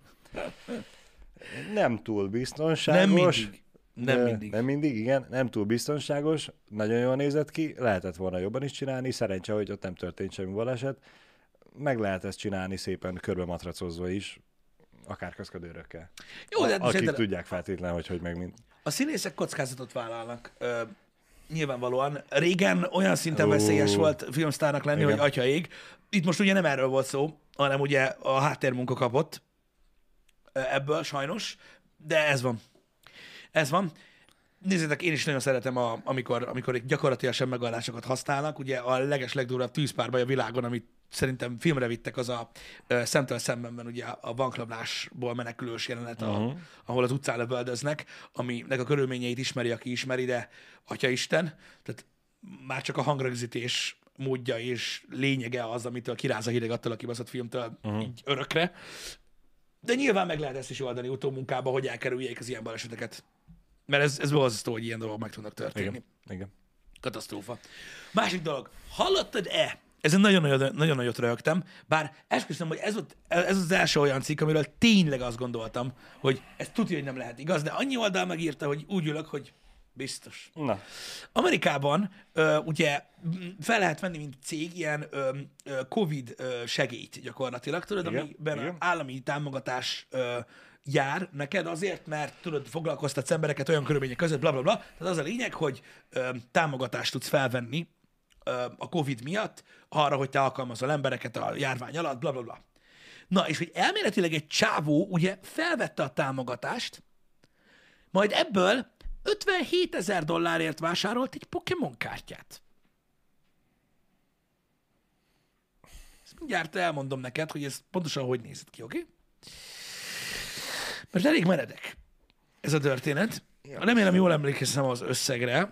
Nem túl biztonságos. Nem mindig, igen. Nem túl biztonságos, nagyon jól nézett ki, lehetett volna jobban is csinálni, szerencse, hogy ott nem történt semmi baleset. Meg lehet ezt csinálni szépen körbe matracozva is, akár kaszkadőrökkel. Jó, de akik tudják feltétlenül, hogy meg mint. A színészek kockázatot vállalnak. Nyilvánvalóan. Régen olyan szinten veszélyes volt filmsztárnak lenni, igen, hogy atya ég. Itt most ugye nem erről volt szó, hanem ugye a háttérmunka kapott ebből sajnos, de ez van. Ez van. Nézzétek, én is nagyon szeretem, amikor gyakorlatilag sem megoldásokat használnak. Ugye a legdurvább tűzpárbaj a világon, amit szerintem filmre vittek, az a Szemtől szembenben ugye a bankrablásból menekülős jelenet, ahol az utcán lövöldöznek, aminek a körülményeit ismeri, aki ismeri, de Atyaisten. Tehát már csak a hangrögzítés módja és lényege az, amitől kiráz a hideg attól a kibaszott filmtől így örökre. De nyilván meg lehet ezt is oldani utómunkába, hogy elkerüljék az ilyen baleseteket. Mert ez borzasztó, hogy ilyen dolgok meg tudnak történni. Igen. Katasztrófa. Másik dolog. Hallottad-e? Ezen nagyon nagyot röhögtem, bár esküszöm, hogy ez az első olyan cikk, amiről tényleg azt gondoltam, hogy ez tudja, hogy nem lehet igaz, de annyi oldal megírta, hogy úgy ülök, hogy biztos. Na. Amerikában ugye fel lehet venni, mint cég, ilyen COVID segélyt gyakorlatilag, tudod, amiben állami támogatás jár neked azért, mert tudod, foglalkoztatsz embereket olyan körülmények között, blablabla. Tehát az a lényeg, hogy támogatást tudsz felvenni a COVID miatt arra, hogy te alkalmazol embereket a járvány alatt, blablabla. Na, és hogy elméletileg egy csávó ugye felvette a támogatást, majd ebből $57,000 vásárolt egy Pokémon kártyát. Ezt mindjárt elmondom neked, hogy ez pontosan hogy nézett ki, oké? Mert elég meredek ez a történet. Remélem jól emlékeztem az összegre.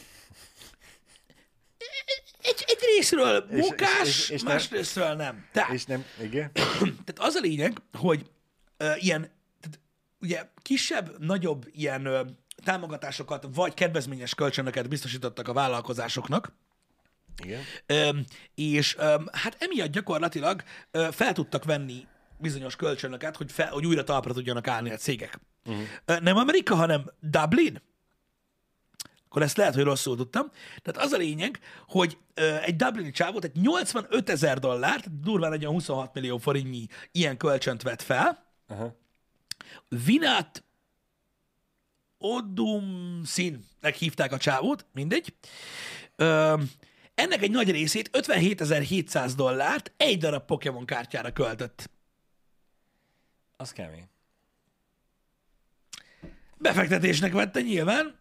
Egy részről munkás, és más részről nem. És nem, igen. Tehát az a lényeg, hogy tehát ugye kisebb, nagyobb ilyen támogatásokat vagy kedvezményes kölcsönöket biztosítottak a vállalkozásoknak. Igen. És hát emiatt gyakorlatilag fel tudtak venni bizonyos kölcsönöket, hogy újra talpra tudjanak állni a cégek. Nem Amerika, hanem Dublin. Akkor ezt lehet, hogy rosszul tudtam. Tehát az a lényeg, hogy egy dublini csávó, tehát $85,000, durván egy 26 millió forintnyi ilyen kölcsönt vett fel. Vinat Odumsinnek hívták a csávót, mindegy. Ennek egy nagy részét, $57,700 egy darab Pokémon kártyára költött. Az kemény. Befektetésnek vette nyilván.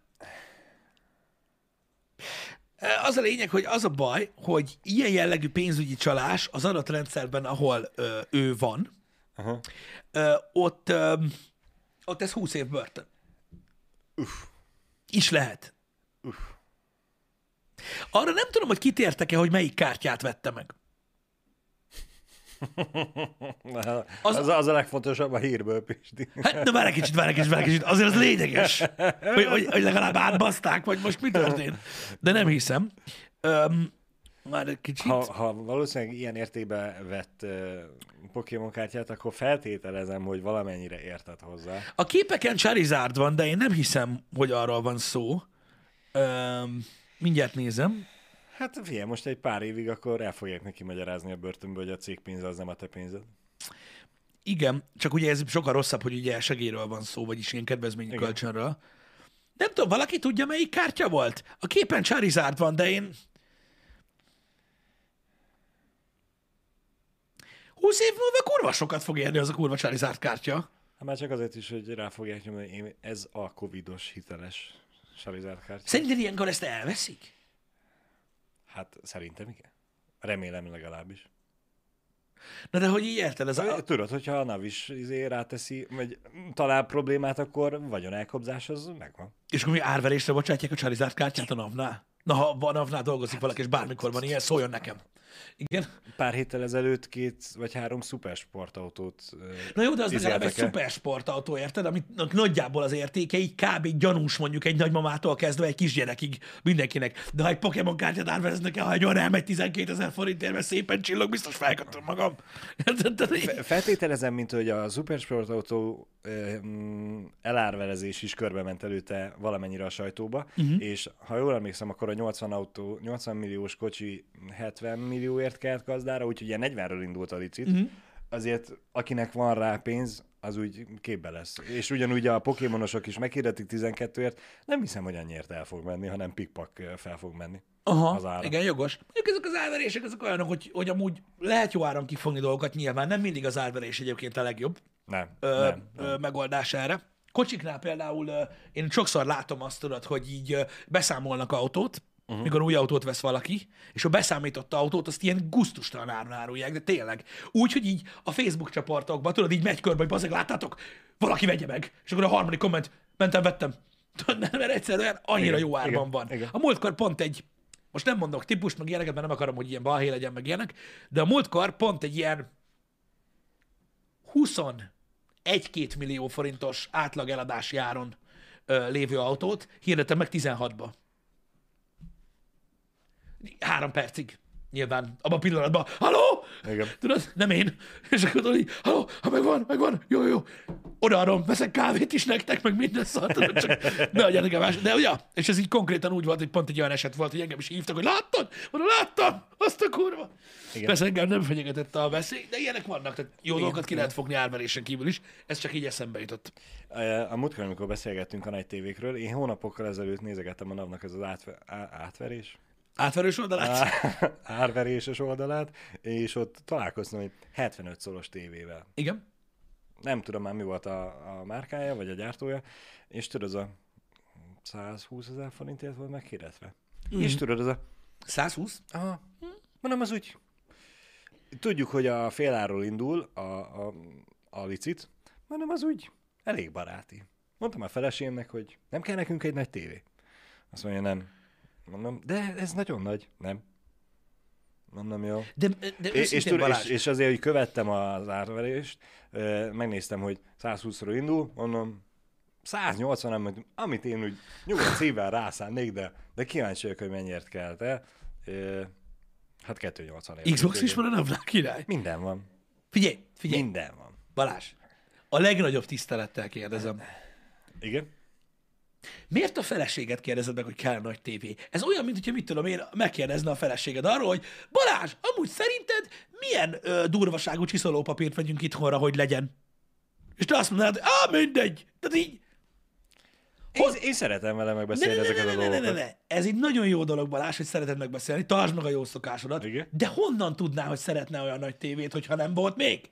Az a lényeg, hogy az a baj, hogy ilyen jellegű pénzügyi csalás az adott rendszerben, ahol ő van, ott ez 20 év börtön. Is lehet. Arra nem tudom, hogy kitértek-e, hogy melyik kártyát vette meg. Az a legfontosabb a hírből, Pisti. Hát, de várj egy kicsit, azért az lényeges, hogy legalább átbaszták, vagy most mi történt. De nem hiszem. Már egy kicsit. Ha valószínűleg ilyen értékben vett Pokémon kártyát, akkor feltételezem, hogy valamennyire érted hozzá. A képeken Charizard van, de én nem hiszem, hogy arról van szó. Mindjárt nézem. Hát figyelj, most egy pár évig akkor el fogják neki magyarázni a börtönből, hogy a cég pénze az nem a te pénzed. Igen, csak ugye ez sokkal rosszabb, hogy ugye segélyről van szó, vagyis ilyen kedvezményi kölcsönről. Nem tudom, valaki tudja, melyik kártya volt? A képen Charizard van, de én... 20 év múlva kurva sokat fog érni az a kurva Charizard kártya. Hát már csak azért is, hogy rá fogják nyomni, ez a covidos hiteles Charizard kártya. Szerinted ilyenkor ezt elveszik? Hát szerintem igen. Remélem legalábbis. Na de hogy így érted? Tudod, hogyha a NAV is ráteszi, vagy talál problémát, akkor vagyonelkobzás az megvan. És akkor mi árverésre bocsátják a Charizard kártyát a NAV-nál? Na, ha a NAV-nál dolgozik valaki, és bármikor van ilyen, szóljon nekem. Igen? Pár héttel ezelőtt 2 vagy 3 szupersportautót Na jó, de az legalább egy szupersportautó, érted? Amit nagyjából az értéke így kb. Gyanús mondjuk egy nagymamától kezdve egy kisgyerekig mindenkinek. De ha egy Pokémon kártyát árvereznek el, ha egy olyan elmegy 12,000 forintért, mert szépen csillog, biztos felkötöm magam. Feltételezem, mint hogy a szupersportautó elárverezés is körbe ment előtte valamennyire a sajtóba, és ha jól emlékszem, akkor a 80 milliós kocsi 70 millióért kelt gazdára, úgyhogy ilyen 40-ről indult a licit. Azért akinek van rá pénz, az úgy képbe lesz. És ugyanúgy a pokémonosok is meghirdetik 12-ért, nem hiszem, hogy annyiért el fog menni, hanem pikpak fel fog menni. Aha, igen, jogos. Mondjuk ezek az árverések, azok olyanok, hogy amúgy lehet jó áron kifogni dolgokat nyilván, nem mindig az árverés egyébként a legjobb nem. megoldás erre. Kocsiknál például én sokszor látom azt, tudod, hogy így beszámolnak autót, mikor új autót vesz valaki, és a beszámított autót azt ilyen gusztustalan áron árulják, de tényleg. Úgy, hogy így a Facebook csoportokban, tudod, így megy körbe, hogy bazdmeg, láttátok? Valaki vegye meg. És akkor a harmadik komment, mentem, vettem. Tudod, mert egyszerűen annyira jó árban van. Igen. A múltkor pont egy most nem mondok típust, meg ilyeneket, mert nem akarom, hogy ilyen balhé legyen, meg ilyenek, de a múltkor pont egy ilyen 21-2 millió forintos átlag eladási áron lévő autót hirdettem meg 16-ba. 3 percig. Nyilván, abban a pillanatban, haló? Igen. Tudod, nem én. És akkor tudod, haló, ha megvan, jó. Odaadom, veszek kávét is nektek, meg minden szart, tudod, csak ne adjanak el más. De ugye, és ez így konkrétan úgy volt, hogy pont egy olyan eset volt, hogy engem is hívtak, hogy láttad? Mondom, láttam, azt a kurva. Igen. Persze engem nem fenyegetett a veszély, de ilyenek vannak, tehát jó dolgokat ki lehet fogni árverésen kívül is. Ez csak így eszembe jutott. A múltkor, amikor beszélgettünk a nagy tévékről, én hónapokkal ezelőtt nézegettem a NAV-nak ez az átverés. Átverős oldalát? Árveréses oldalát, és ott találkoztam egy 75 szoros tévével. Igen. Nem tudom már mi volt a márkája, vagy a gyártója, és tudod, az a 120 000 forintért volt meghirdetve. És tudod, az a... 120? Aha. Mondom, az úgy... Tudjuk, hogy a féláról indul a licit, mondom, az úgy elég baráti. Mondtam a feleségemnek, hogy nem kell nekünk egy nagy tévé. Azt mondja, nem. Mondom, de ez nagyon nagy. Nem. Mondom, jó. De és azért, hogy követtem az árverést, megnéztem, hogy 120-ról indul, mondom, 180, amit én úgy nyugodt szívvel rászánnék, de kíváncsi vagyok, hogy mennyiért kell. Hát 280 év. Xbox is van a napnál, király? Minden van. Figyelj. Minden van. Balázs, a legnagyobb tisztelettel kérdezem. Igen? Miért a feleséget kérdezed meg, hogy kell nagy tévé? Ez olyan, mint hogyha mit tudom én, megkérdezne a feleséged arról, hogy Balázs, amúgy szerinted milyen durvaságú csiszolópapírt vegyünk itthonra, hogy legyen? És te azt mondanád, hogy mindegy. Tehát így. Én szeretem vele megbeszélni ezeket a dolgokat. Ne. Ez egy nagyon jó dolog, Balázs, hogy szereted megbeszélni. Tartsd meg a jó szokásodat. Igen? De honnan tudná, hogy szeretne olyan nagy tévét, hogyha nem volt még?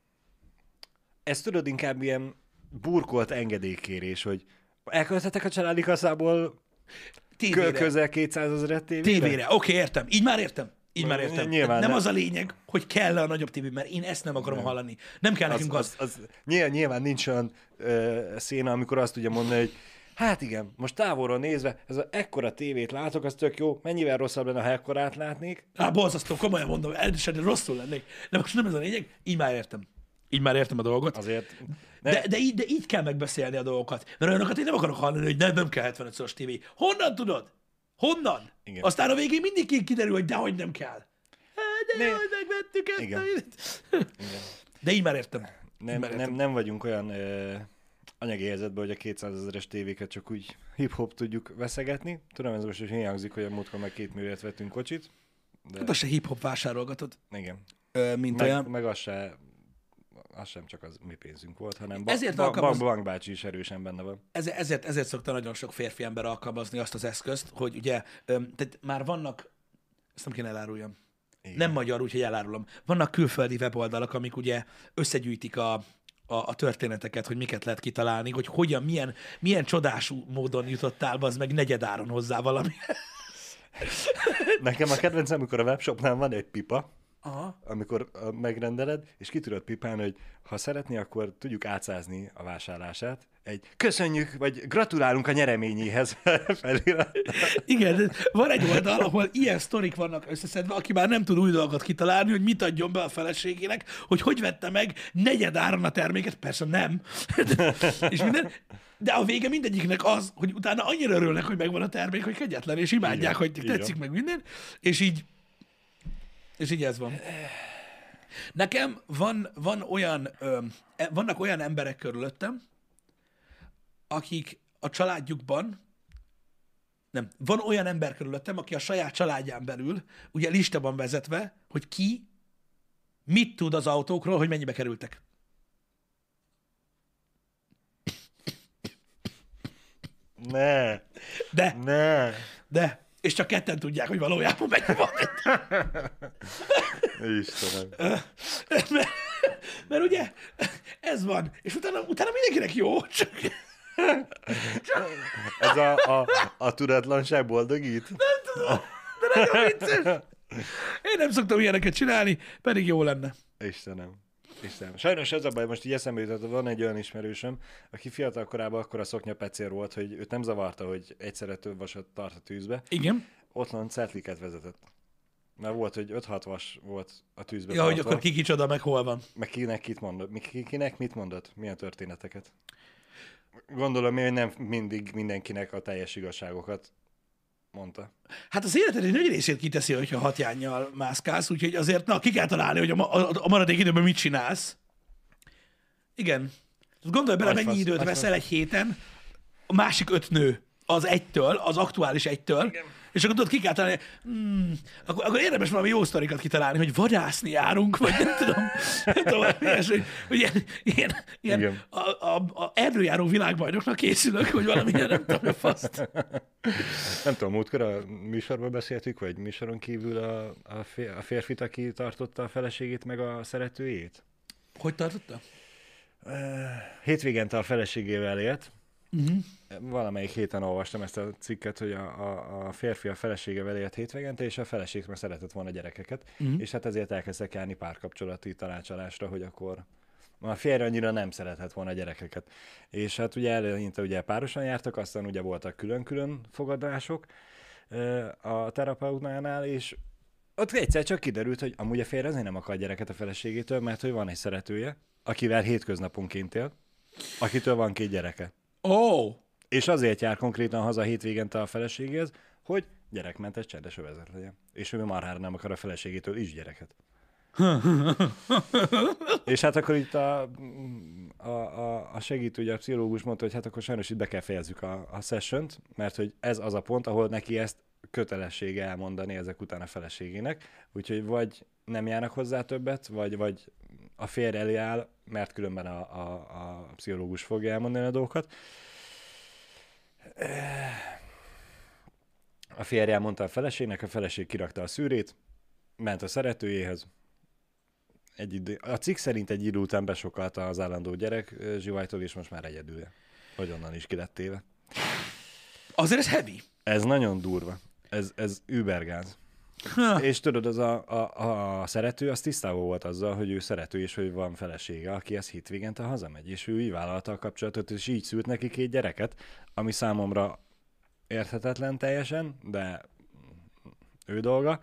Ez tudod inkább ilyen burkolt engedélykérés, hogy elkölthetek a családi kasszából közel 200 000 tévére. Oké, értem. Így már értem. Nyilván nem az a lényeg, hogy kell a nagyobb tévé, mert én ezt nem akarom hallani. Nem kell nekünk az. Nyilván nincs olyan széna, amikor azt tudja mondani, hogy hát igen, most távolról nézve, ez az ekkora tévét látok, az tök jó, mennyivel rosszabb lenne, ha ekkorát látnék? Borzasztó, komolyan mondom, rosszul lennék. De most nem ez a lényeg, így már értem a dolgot. Azért. De így kell megbeszélni a dolgokat. Mert olyanokat én nem akarok hallani, hogy nem kell 75 szoros tévé. Honnan tudod? Honnan? Igen. Aztán a végén mindig kiderül, hogy dehogy nem kell. De hogy megvettük ezt. Igen. De így már értem. Nem vagyunk olyan anyagi helyzetben, hogy a 200 000-es tévéket csak úgy hip-hop tudjuk veszegetni. Tudom, ez most is így hangzik, hogy a múltkor meg 2 milliót vettünk kocsit. De... Hát azt se hip-hop vásárolgatod. Igen. Meg az sem csak az mi pénzünk volt, hanem bankbácsi is erősen benne van. Ezért szokta nagyon sok férfi ember alkalmazni azt az eszközt, hogy ugye, tehát már vannak, ezt nem kéne eláruljam, igen. Nem magyar, úgyhogy elárulom. Vannak külföldi weboldalak, amik ugye összegyűjtik a történeteket, hogy miket lehet kitalálni, hogy hogyan, milyen csodású módon jutottál az meg negyedáron hozzá valami. Nekem a kedvencem, amikor a webshopnál van egy pipa, aha. Amikor megrendeled, és ki tudod pipálni, hogy ha szeretné, akkor tudjuk átszázni a vásárlását. Egy köszönjük, vagy gratulálunk a nyereményéhez felirat. Igen, van egy oldal, ahol ilyen sztorik vannak összeszedve, aki már nem tud új dolgokat kitalálni, hogy mit adjon be a feleségének, hogy vette meg negyedáron a terméket, persze nem. És minden. De a vége mindegyiknek az, hogy utána annyira örülnek, hogy megvan a termék, hogy kegyetlen, és imádják, igen, hogy tetszik meg minden, és így ez van. Nekem vannak olyan emberek körülöttem, akik a családjukban, van olyan ember körülöttem, aki a saját családján belül, ugye lista van vezetve, hogy ki mit tud az autókról, hogy mennyibe kerültek. Ne. De. És csak ketten tudják, hogy valójában mennyi van. Istenem. Mert ugye ez van. És utána mindenkinek jó. Ez a tudatlanság boldogít? Nem tudom, de nagyon vicces. Én nem szoktam ilyeneket csinálni, pedig jó lenne. Istenem. Sajnos ez a baj, most így eszembe jutott, van egy olyan ismerősöm, aki fiatal korában akkora szoknyapecér volt, hogy őt nem zavarta, hogy egyszerre több vasat tart a tűzbe. Igen. Otlon Cetliket vezetett. Mert volt, hogy 5-6 vas volt a tűzbe. Ja, hogy akkor ki kicsoda, meg hol van. Meg kinek mit mondott? Milyen történeteket? Gondolom, hogy nem mindig mindenkinek a teljes igazságokat mondta. Hát az életed egy nagy részét kiteszi, hogyha hatjánnyal mászkálsz, úgyhogy azért ki kell találni, hogy a maradék időben mit csinálsz. Igen. Gondolj bele, mennyi időt veszel egy héten, a másik 5 nő az egytől, az aktuális egytől, igen. És akkor tudod, ki kell találni, akkor érdemes valami jó sztorikat kitalálni, hogy vadászni járunk, vagy nem tudom, hogy ilyen a erdőjáró világbajnoknak készülök, hogy valamilyen, nem tudom, a faszt. Nem tudom, múltkor a műsorban beszéltük, vagy műsoron kívül a férfit, aki tartotta a feleségét meg a szeretőjét? Hogy tartotta? Hétvégente a feleségével élt. Valamelyik héten olvastam ezt a cikket, hogy a férfi a feleségevel élt hétvégente, és a feleség meg szeretett volna gyerekeket, és hát ezért elkezdtek járni párkapcsolati tanácsolásra, hogy akkor a férje annyira nem szeretett volna gyerekeket. És hát ugye eleinte ugye párosan jártak, aztán ugye voltak külön-külön fogadások a terapeutnál, és ott egyszer csak kiderült, hogy amúgy a férje azért nem akar gyereket a feleségétől, mert hogy van egy szeretője, akivel hétköznaponként él, akitől van 2 gyereke. Oh. És azért jár konkrétan haza hétvégente a feleségéhez, hogy gyerekmentes, csendes övezet legyen. És ő marhára nem akar a feleségétől is gyereket. És hát akkor itt a segítő, ugye a pszichológus mondta, hogy hát akkor sajnos itt be kell fejezzük a sessiont, mert hogy ez az a pont, ahol neki ezt kötelessége elmondani ezek után a feleségének. Úgyhogy vagy nem járnak hozzá többet, vagy a férj elé áll, mert különben a pszichológus fogja elmondani a dolgokat. A férj elmondta a feleségnek, a feleség kirakta a szűrét, ment a szeretőjéhez. A cikk szerint egy idő után besokalta az állandó gyerek zsivajtól, és most már egyedül. Hogy onnan is ki lett téve. Azért ez heavy. Ez nagyon durva. Ez übergáz. És tudod, az a szerető az tisztában volt azzal, hogy ő szerető, és hogy van felesége, aki ezt hétvégente hazamegy, és ő így vállalta a kapcsolatot, és így szült neki 2 gyereket, ami számomra érthetetlen teljesen, de ő dolga.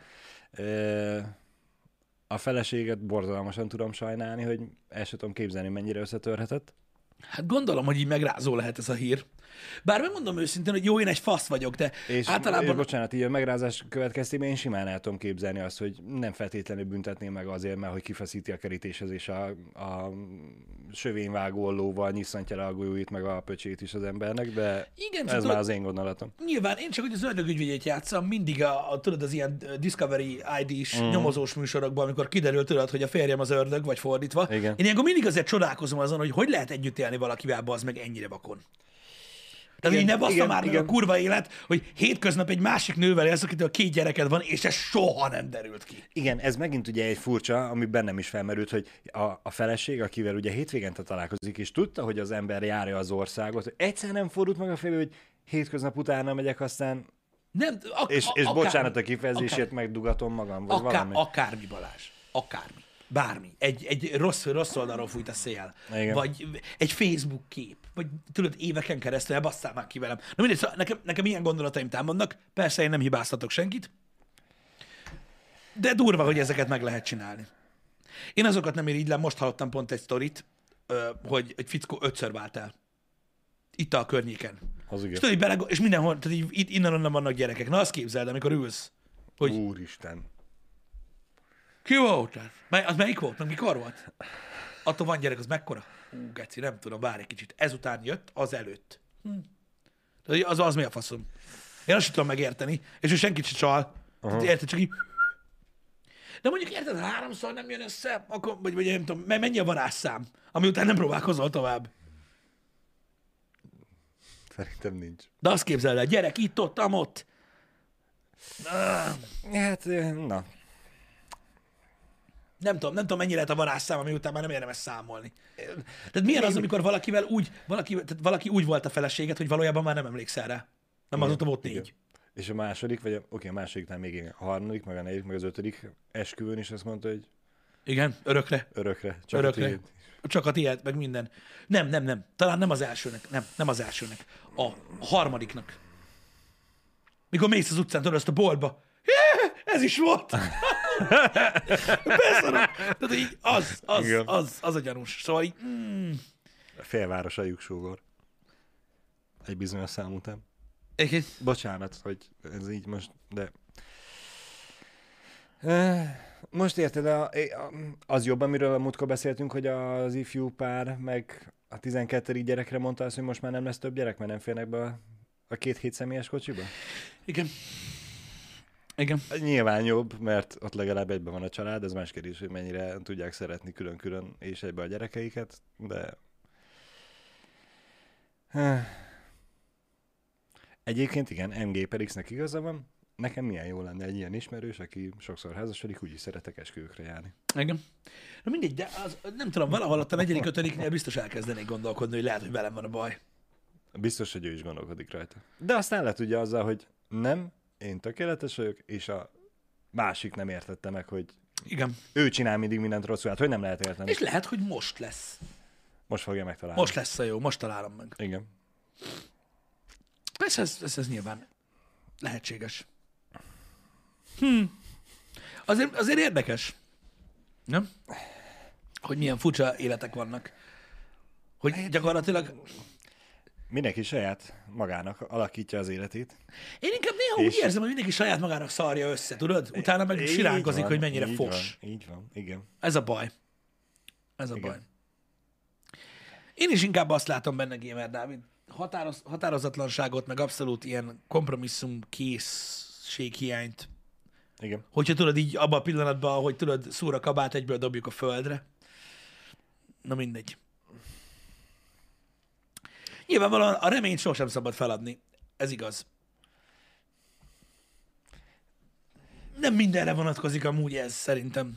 A feleséget borzalmasan tudom sajnálni, hogy el sem tudom képzelni, mennyire összetörhetett. Hát gondolom, hogy így megrázó lehet ez a hír. Bár megmondom őszintén, hogy jó, én egy fasz vagyok, de általában... És bocsánat, így a megrázás következtében én simán el tudom képzelni azt, hogy nem feltétlenül büntetném meg azért, mert hogy kifeszíti a kerítéshez, és a sövényvágóollóval nyisszantja le a golyóit, meg a pöcsét is az embernek, de igen, ez már az én gondolatom. Nyilván, én csak, hogy az ördögügyvédjét játszom, mindig tudod, az ilyen Discovery ID-s nyomozós műsorokban, amikor kiderül tudod, hogy a férjem az ördög, vagy fordítva. Igen. Én ilyenkor mindig azért csodálkozom azon, hogy lehet együtt élni valakivel, az meg ennyire vakon. Tehát így ne bassza már meg a kurva élet, hogy hétköznap egy másik nővel élsz, akitől 2 gyereked van, és ez soha nem derült ki. Igen, ez megint ugye egy furcsa, ami bennem is felmerült, hogy a feleség, akivel ugye hétvégente találkozik, és tudta, hogy az ember járja az országot, hogy egyszer nem fordult meg a fejbe, hogy hétköznap utána megyek, aztán... Nem, és bocsánat a kifejezését, megdugatom magam, vagy valami. Akármi, Balázs. Akármi. Bármi. Egy rossz oldalról fújt a szél. Igen. Vagy egy Facebook kép. Vagy tudod, éveken keresztül elbasszál már ki velem. Na mindegy, szóval nekem ilyen gondolataim támadnak. Persze én nem hibáztatok senkit. De durva, hogy ezeket meg lehet csinálni. Én azokat nem irigylem. Most hallottam pont egy sztorit, hogy egy fickó 5-ször vált el. Itt a környéken. És tudod, és mindenhol, tehát így innen-onnan vannak gyerekek. Na azt képzeld, amikor ülsz. Hogy... Úristen. Ki volt ez? Az melyik volt? Meg mikor volt? Attól van gyerek, az mekkora? Geci, nem tudom, várj egy kicsit. Ezután jött, az előtt. Az mi a faszom? Én azt sem tudom megérteni, és ő senkit se csal. Érted, csak így... De mondjuk érted, ha 3-szor nem jön össze, akkor, vagy nem tudom, mennyi a varázsszám, ami után nem próbálkozol tovább. Szerintem nincs. De azt képzeld el, gyerek itt, ott, amott. Hát, na. Nem tudom, mennyi lehet a varázsszám, ami után már nem érdemes számolni. Tehát milyen az, amikor valaki úgy volt a feleséget, hogy valójában már nem emlékszel rá. Nem, azóta volt 4. Igen. És a második, vagy a másodiknál még én, a harmadik, meg a negyedik, meg az 5. esküvőn is azt mondta, hogy... Igen, örökre. Örökre. Csak a tiéd, meg minden. Nem. Talán nem az elsőnek. Nem az elsőnek. A harmadiknak. Mikor mész az utcán, tudod, azt a boltba. Ez is volt. Beszarok. Tehát így az a gyanús. Szóval így... A félváros a lyuksógor. Egy bizonyos szám után. Igen. Bocsánat, hogy ez így most, de... Most érted, az jobb, amiről a múltkor beszéltünk, hogy az ifjú pár, meg a 12. gyerekre mondta azt, hogy most már nem lesz több gyerek, mert nem férnek be a 2 7 kocsiba? Igen. Igen. Nyilván jobb, mert ott legalább egyben van a család, ez más kérdés, hogy mennyire tudják szeretni külön-külön és egybe a gyerekeiket, de... Egyébként igen, MG per X-nek igaza van. Nekem milyen jó lenne egy ilyen ismerős, aki sokszor házasodik, úgyis szeretek esküvőkre járni. Igen. Na mindegy, de az, nem tudom, valahol ott a 4., 5. biztos elkezdenék gondolkodni, hogy lehet, hogy velem van a baj. Biztos, hogy ő is gondolkodik rajta. De aztán le tudja azzal, hogy nem, én tökéletes vagyok, és a másik nem értette meg, hogy igen. Ő csinál mindig mindent rosszul, hát hogy nem lehet érteni. És lehet, hogy most lesz. Most fogja megtalálni. Most lesz a jó, most találom meg. Igen. Persze ez nyilván lehetséges. Azért érdekes. Nem? Hogy milyen furcsa életek vannak. Hogy gyakorlatilag... Mindenki saját magának alakítja az életét. Én inkább néha úgy érzem, hogy mindenki saját magának szarja össze, tudod? Utána meg siránkozik, hogy mennyire fos. Így van, igen. Ez a baj. Ez a baj. Én is inkább azt látom benne, Gamer Dávid, határozatlanságot, meg abszolút ilyen kompromisszum készséghiányt. Igen. Hogyha tudod így abban a pillanatban, hogy tudod, szúr a kabát, egyből dobjuk a földre. Na mindegy. Nyilvánvalóan a reményt sosem szabad feladni. Ez igaz. Nem mindenre vonatkozik amúgy ez, szerintem.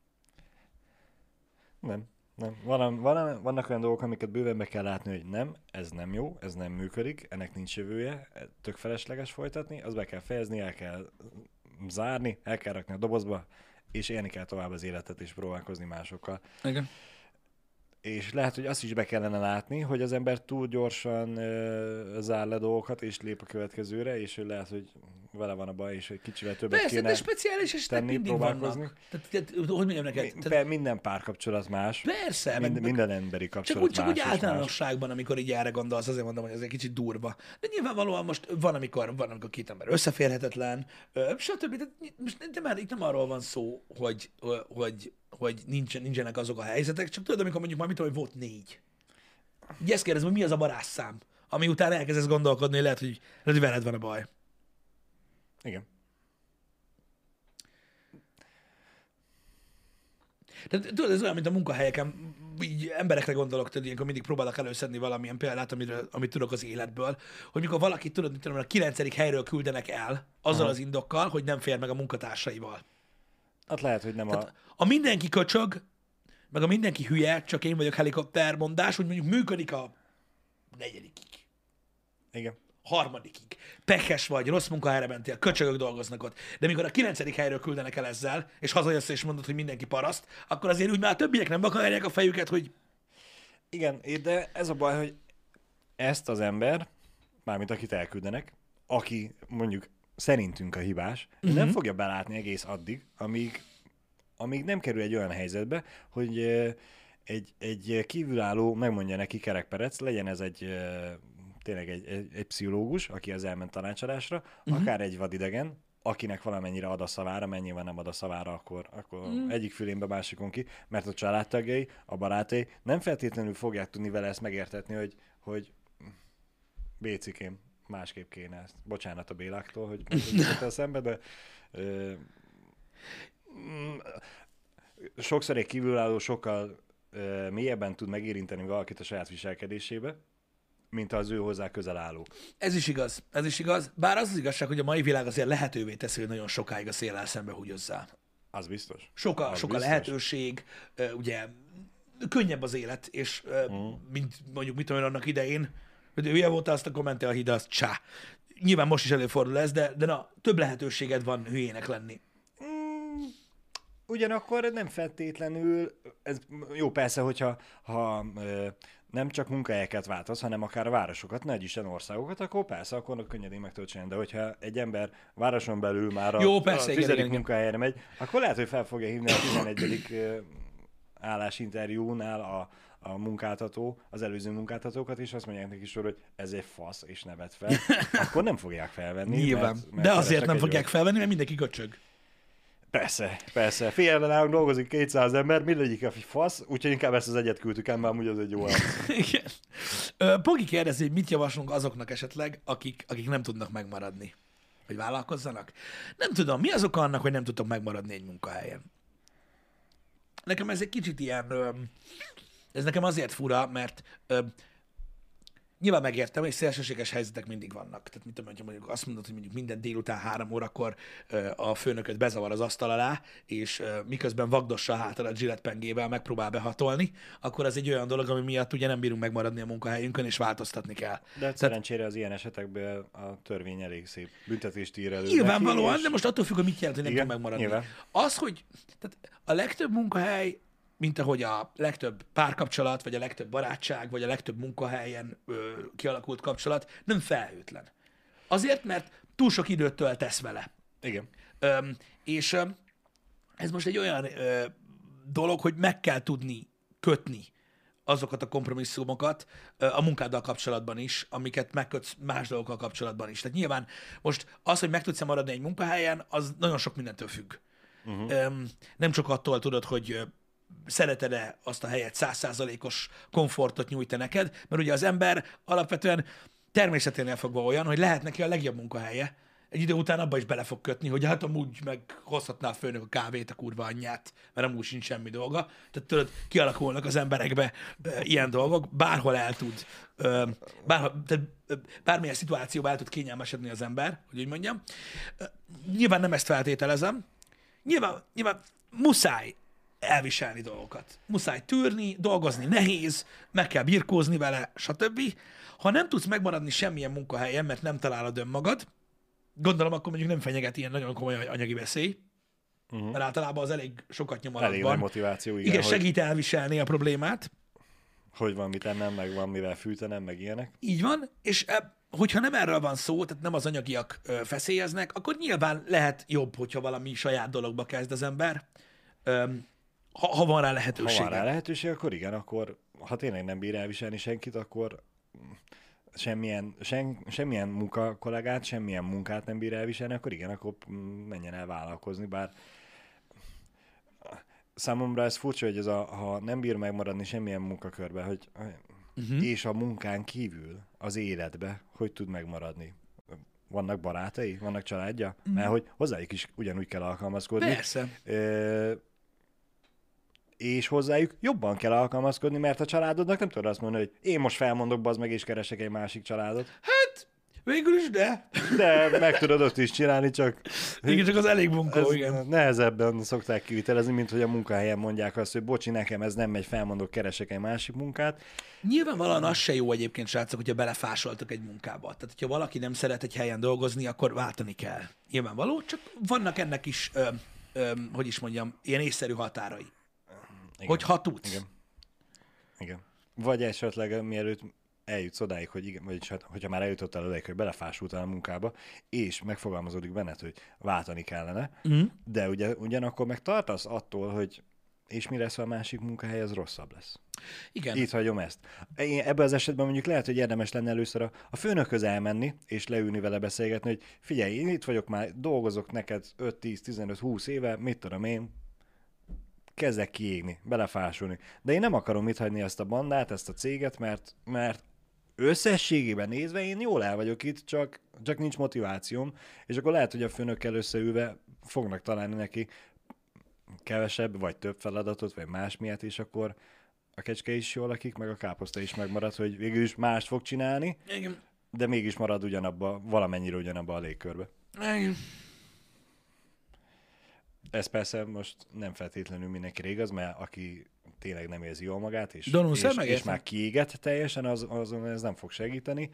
Nem. Vannak olyan dolgok, amiket bőven be kell látni, hogy nem, ez nem jó, ez nem működik, ennek nincs jövője, tök felesleges folytatni, az be kell fejezni, el kell zárni, el kell rakni a dobozba, és élni kell tovább az életet, és próbálkozni másokkal. Igen. És lehet, hogy azt is be kellene látni, hogy az ember túl gyorsan zár le dolgokat, és lép a következőre, és lehet, hogy vele van a baj, és egy kicsivel többet persze, kéne de speciális esetek mindig vannak. Tehát, hogy mondjam neked? Minden párkapcsolat más. Persze. Minden emberi kapcsolat más. Csak úgy általánosságban, amikor így erre gondolsz, azért mondom, hogy ez egy kicsit durva. De nyilvánvalóan most van, amikor két ember összeférhetetlen, stb. De már itt nem arról van szó, hogy nincsenek azok a helyzetek, csak tudod, amikor mondjuk már mit tudom, hogy volt 4. Ugye ezt kérdezem, hogy mi az a varázsszám, ami után elkezdesz gondolkodni, hogy lehet, hogy veled van a baj. Igen. Tehát tudod, ez olyan, mint a munkahelyeken, így emberekre gondolok, tudod, ilyenkor mindig próbálok előszedni valamilyen példát, amit tudok az életből, hogy mikor valaki, tudod, mit tudom, a 9. helyről küldenek el, azzal az indokkal, hogy nem fér meg a munkatársaival. Hát lehet, hogy nem tehát a mindenki köcsög, meg a mindenki hülye, csak én vagyok helikopter mondás, hogy mondjuk működik a 4. Igen. 3. Pekes vagy, rossz munkahelyre mentél, köcsögök dolgoznak ott. De mikor a 9. helyről küldenek el ezzel, és hazajössz és mondod, hogy mindenki paraszt, akkor azért úgy már a többiek nem vakarják a fejüket, hogy... Igen, de ez a baj, hogy ezt az ember, mármint akit elküldenek, aki mondjuk szerintünk a hibás, nem fogja belátni egész addig, amíg nem kerül egy olyan helyzetbe, hogy egy kívülálló megmondja neki kerekperec, legyen ez tényleg egy pszichológus, aki az elment tanácsadásra, akár egy vadidegen, akinek valamennyire ad a szavára, mennyivel nem ad a szavára, akkor egyik fülénbe, másikon ki, mert a családtagjai, a barátai nem feltétlenül fogják tudni vele ezt megértetni, hogy Bécikém, másképp kéne ezt. Bocsánat a Béláktól, hogy a szembe, de sokszor egy kívülálló sokkal mélyebben tud megérinteni valakit a saját viselkedésébe, mint az ő hozzá közel állók. Ez is igaz. Bár az igazság, hogy a mai világ azért lehetővé teszi, hogy nagyon sokáig a széllel szembe húgyozzál. Az biztos. Sok a lehetőség, ugye könnyebb az élet, és mint mondjuk mit tudom annak idején, hogy hülye volt azt a kommente a híd, az csá. Nyilván most is előfordul ez, de na, több lehetőséged van hülyének lenni. Ugyanakkor nem feltétlenül, ez jó persze, hogyha nem csak munkahelyeket változ, hanem akár a városokat, ne Isten országokat, akkor persze, akkor könnyedén meg tudod csinálni. De hogyha egy ember városon belül már a 10. munkahelyre megy, akkor lehet, hogy fel fogja hívni a 11. állásinterjúnál a munkáltató, az előző munkáltatókat, és azt mondják neki sorra, hogy ez egy fasz, és nevet fel, akkor nem fogják felvenni. Nyilván. Mert de azért nem fogják felvenni, mert mindenki köcsög. Persze. Figyelj, nálunk dolgozik 200 ember, mindegyik a fasz, úgyhogy inkább ezt az egyet küldtük el, mert amúgy az egy jó Igen. Pogi kérdezi, hogy mit javaslunk azoknak esetleg, akik nem tudnak megmaradni. Hogy vállalkozzanak? Nem tudom, mi az oka annak, hogy nem tudtok megmaradni egy munkahelyen? Nekem ez egy kicsit ilyen... Ez nekem azért fura, mert nyilván megértem, hogy szélsőséges helyzetek mindig vannak. Tehát mit tudom, hogyha mondjuk azt mondod, hogy mondjuk minden délután 3 órakor a főnököt bezavar az asztal alá, és miközben vagdossa a hátad a zsilletpengével megpróbál behatolni, akkor az egy olyan dolog, ami miatt ugye nem bírunk megmaradni a munkahelyünkön, és változtatni kell. De szerencsére az ilyen esetekben a törvény elég szép büntetést ír elő. Nyilvánvalóan, és... de most attól függ, hogy mit jelent, hogy nem tud megmaradni. Nyilván. Az, hogy tehát a legtöbb munkahely, mint ahogy a legtöbb párkapcsolat, vagy a legtöbb barátság, vagy a legtöbb munkahelyen kialakult kapcsolat nem felhőtlen. Azért, mert túl sok időt töltesz vele. Igen. És ez most egy olyan dolog, hogy meg kell tudni kötni azokat a kompromisszumokat a munkáddal kapcsolatban is, amiket megkötsz más dolgokkal kapcsolatban is. Tehát nyilván most az, hogy meg tudsz maradni egy munkahelyen, az nagyon sok mindentől függ. Nem csak attól tudod, hogy szereted-e azt a helyet, 100%-os komfortot nyújt neked, mert ugye az ember alapvetően természeténél fogva olyan, hogy lehet neki a legjobb munkahelye, egy idő után abba is bele fog kötni, hogy hát amúgy meghozhatná a főnök a kávét a kurva anyját, mert amúgy sincs semmi dolga. Tehát tudod, kialakulnak az emberekbe ilyen dolgok, bárhol el tud, bármilyen szituációban el tud kényelmesedni az ember, hogy úgy mondjam. Nyilván nem ezt feltételezem. Nyilván muszáj elviselni dolgokat. Muszáj tűrni, dolgozni nehéz, meg kell birkózni vele, stb. Ha nem tudsz megmaradni semmilyen munkahelyen, mert nem találod önmagad, gondolom, akkor mondjuk nem fenyeget ilyen nagyon komoly anyagi veszély, mert általában az elég sokat nyom alatban. Elég nagy motiváció, igen. Igen, segít elviselni a problémát. Hogy van mit ennem, meg van mivel fűtenem, meg ilyenek. Így van, és hogyha nem erről van szó, tehát nem az anyagiak feszélyeznek, akkor nyilván lehet jobb, hogyha valami saját dologba kezd az ember, ha van rá lehetőség. Ha van rá lehetőség, akkor igen, akkor ha tényleg nem bír elviselni senkit, akkor semmilyen munkakollégát, semmilyen munkát nem bír elviselni, akkor igen, akkor menjen el vállalkozni, bár számomra ez furcsa, hogy ha nem bír megmaradni semmilyen munkakörbe, hogy és a munkán kívül az életbe, hogy tud megmaradni. Vannak barátai, vannak családja? Mert hogy hozzájuk is ugyanúgy kell alkalmazkodni. Persze. És hozzájuk jobban kell alkalmazkodni, mert a családodnak nem tudod azt mondani, hogy én most felmondok, bazd meg, és keresek egy másik családot. Hát, végül is de. De meg tudod ott is csinálni, csak... Igen, csak az elég munkó, igen. Nehezebben szokták kivitelezni, mint hogy a munkahelyen mondják azt, hogy bocsi, nekem ez nem megy, felmondok, keresek egy másik munkát. Nyilvánvalóan az se jó egyébként, srácok, hogyha belefásoltak egy munkába. Tehát, hogyha valaki nem szeret egy helyen dolgozni, akkor váltani kell. Nyilvánvaló, csak vannak ennek is, hogy is mondjam, ilyen észszerű határai. Igen. Hogyha tudsz. Igen. Vagy esetleg mielőtt eljutsz odáig, hogy igen, vagyis hogyha már eljutottál odáig, hogy belefásultál a munkába, és megfogalmazódik benned, hogy váltani kellene, de ugyanakkor meg tartasz attól, hogy és mi lesz, ha a másik munkahely, az rosszabb lesz. Igen. Itt hagyom ezt. Ebben az esetben mondjuk lehet, hogy érdemes lenne először a főnökhöz elmenni, és leülni vele beszélgetni, hogy figyelj, én itt vagyok már, dolgozok neked 5-10-15-20 éve, mit tudom én, kezdek kiégni, belefásulni. De én nem akarom itt hagyni ezt a bandát, ezt a céget, mert összességében nézve én jól el vagyok itt, csak nincs motivációm, és akkor lehet, hogy a főnökkel összeülve fognak találni neki kevesebb, vagy több feladatot, vagy más miatt, és akkor a kecske is jól lakik, meg a káposzta is megmarad, hogy végül is mást fog csinálni, Igen. de mégis marad valamennyire ugyanabba a légkörbe. Igen. Ez persze most nem feltétlenül mindenkire igaz, mert aki tényleg nem érzi jól magát, és már kiégett teljesen, azon ez nem fog segíteni.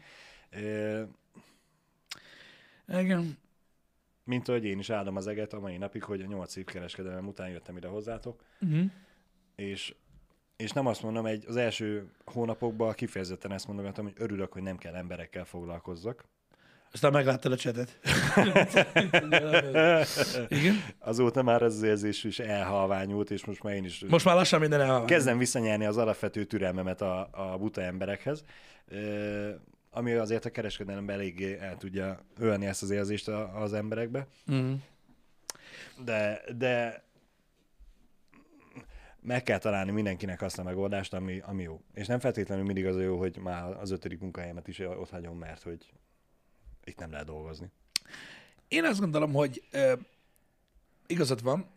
Igen. Mint ahogy én is áldom az eget a mai napig, hogy a 8 év kereskedelem után jöttem ide hozzátok, és És nem azt mondom, az első hónapokban kifejezetten ezt mondogatom, hogy örülök, hogy nem kell emberekkel foglalkozzak. Aztán megláttad a csetet. Igen? Azóta már ez az érzés is elhalványult, és most már én is... Most már lassan minden elhalványult. Kezdem visszanyerni az alapvető türelmemet a buta emberekhez, ami azért a kereskedelemben eléggé el tudja ölni ezt az érzést az emberekbe. Mm. De meg kell találni mindenkinek azt a megoldást, ami jó. És nem feltétlenül mindig az a jó, hogy már az 5. munkahelyemet is ott hagyom, mert hogy itt nem lehet dolgozni. Én azt gondolom, hogy igazad van,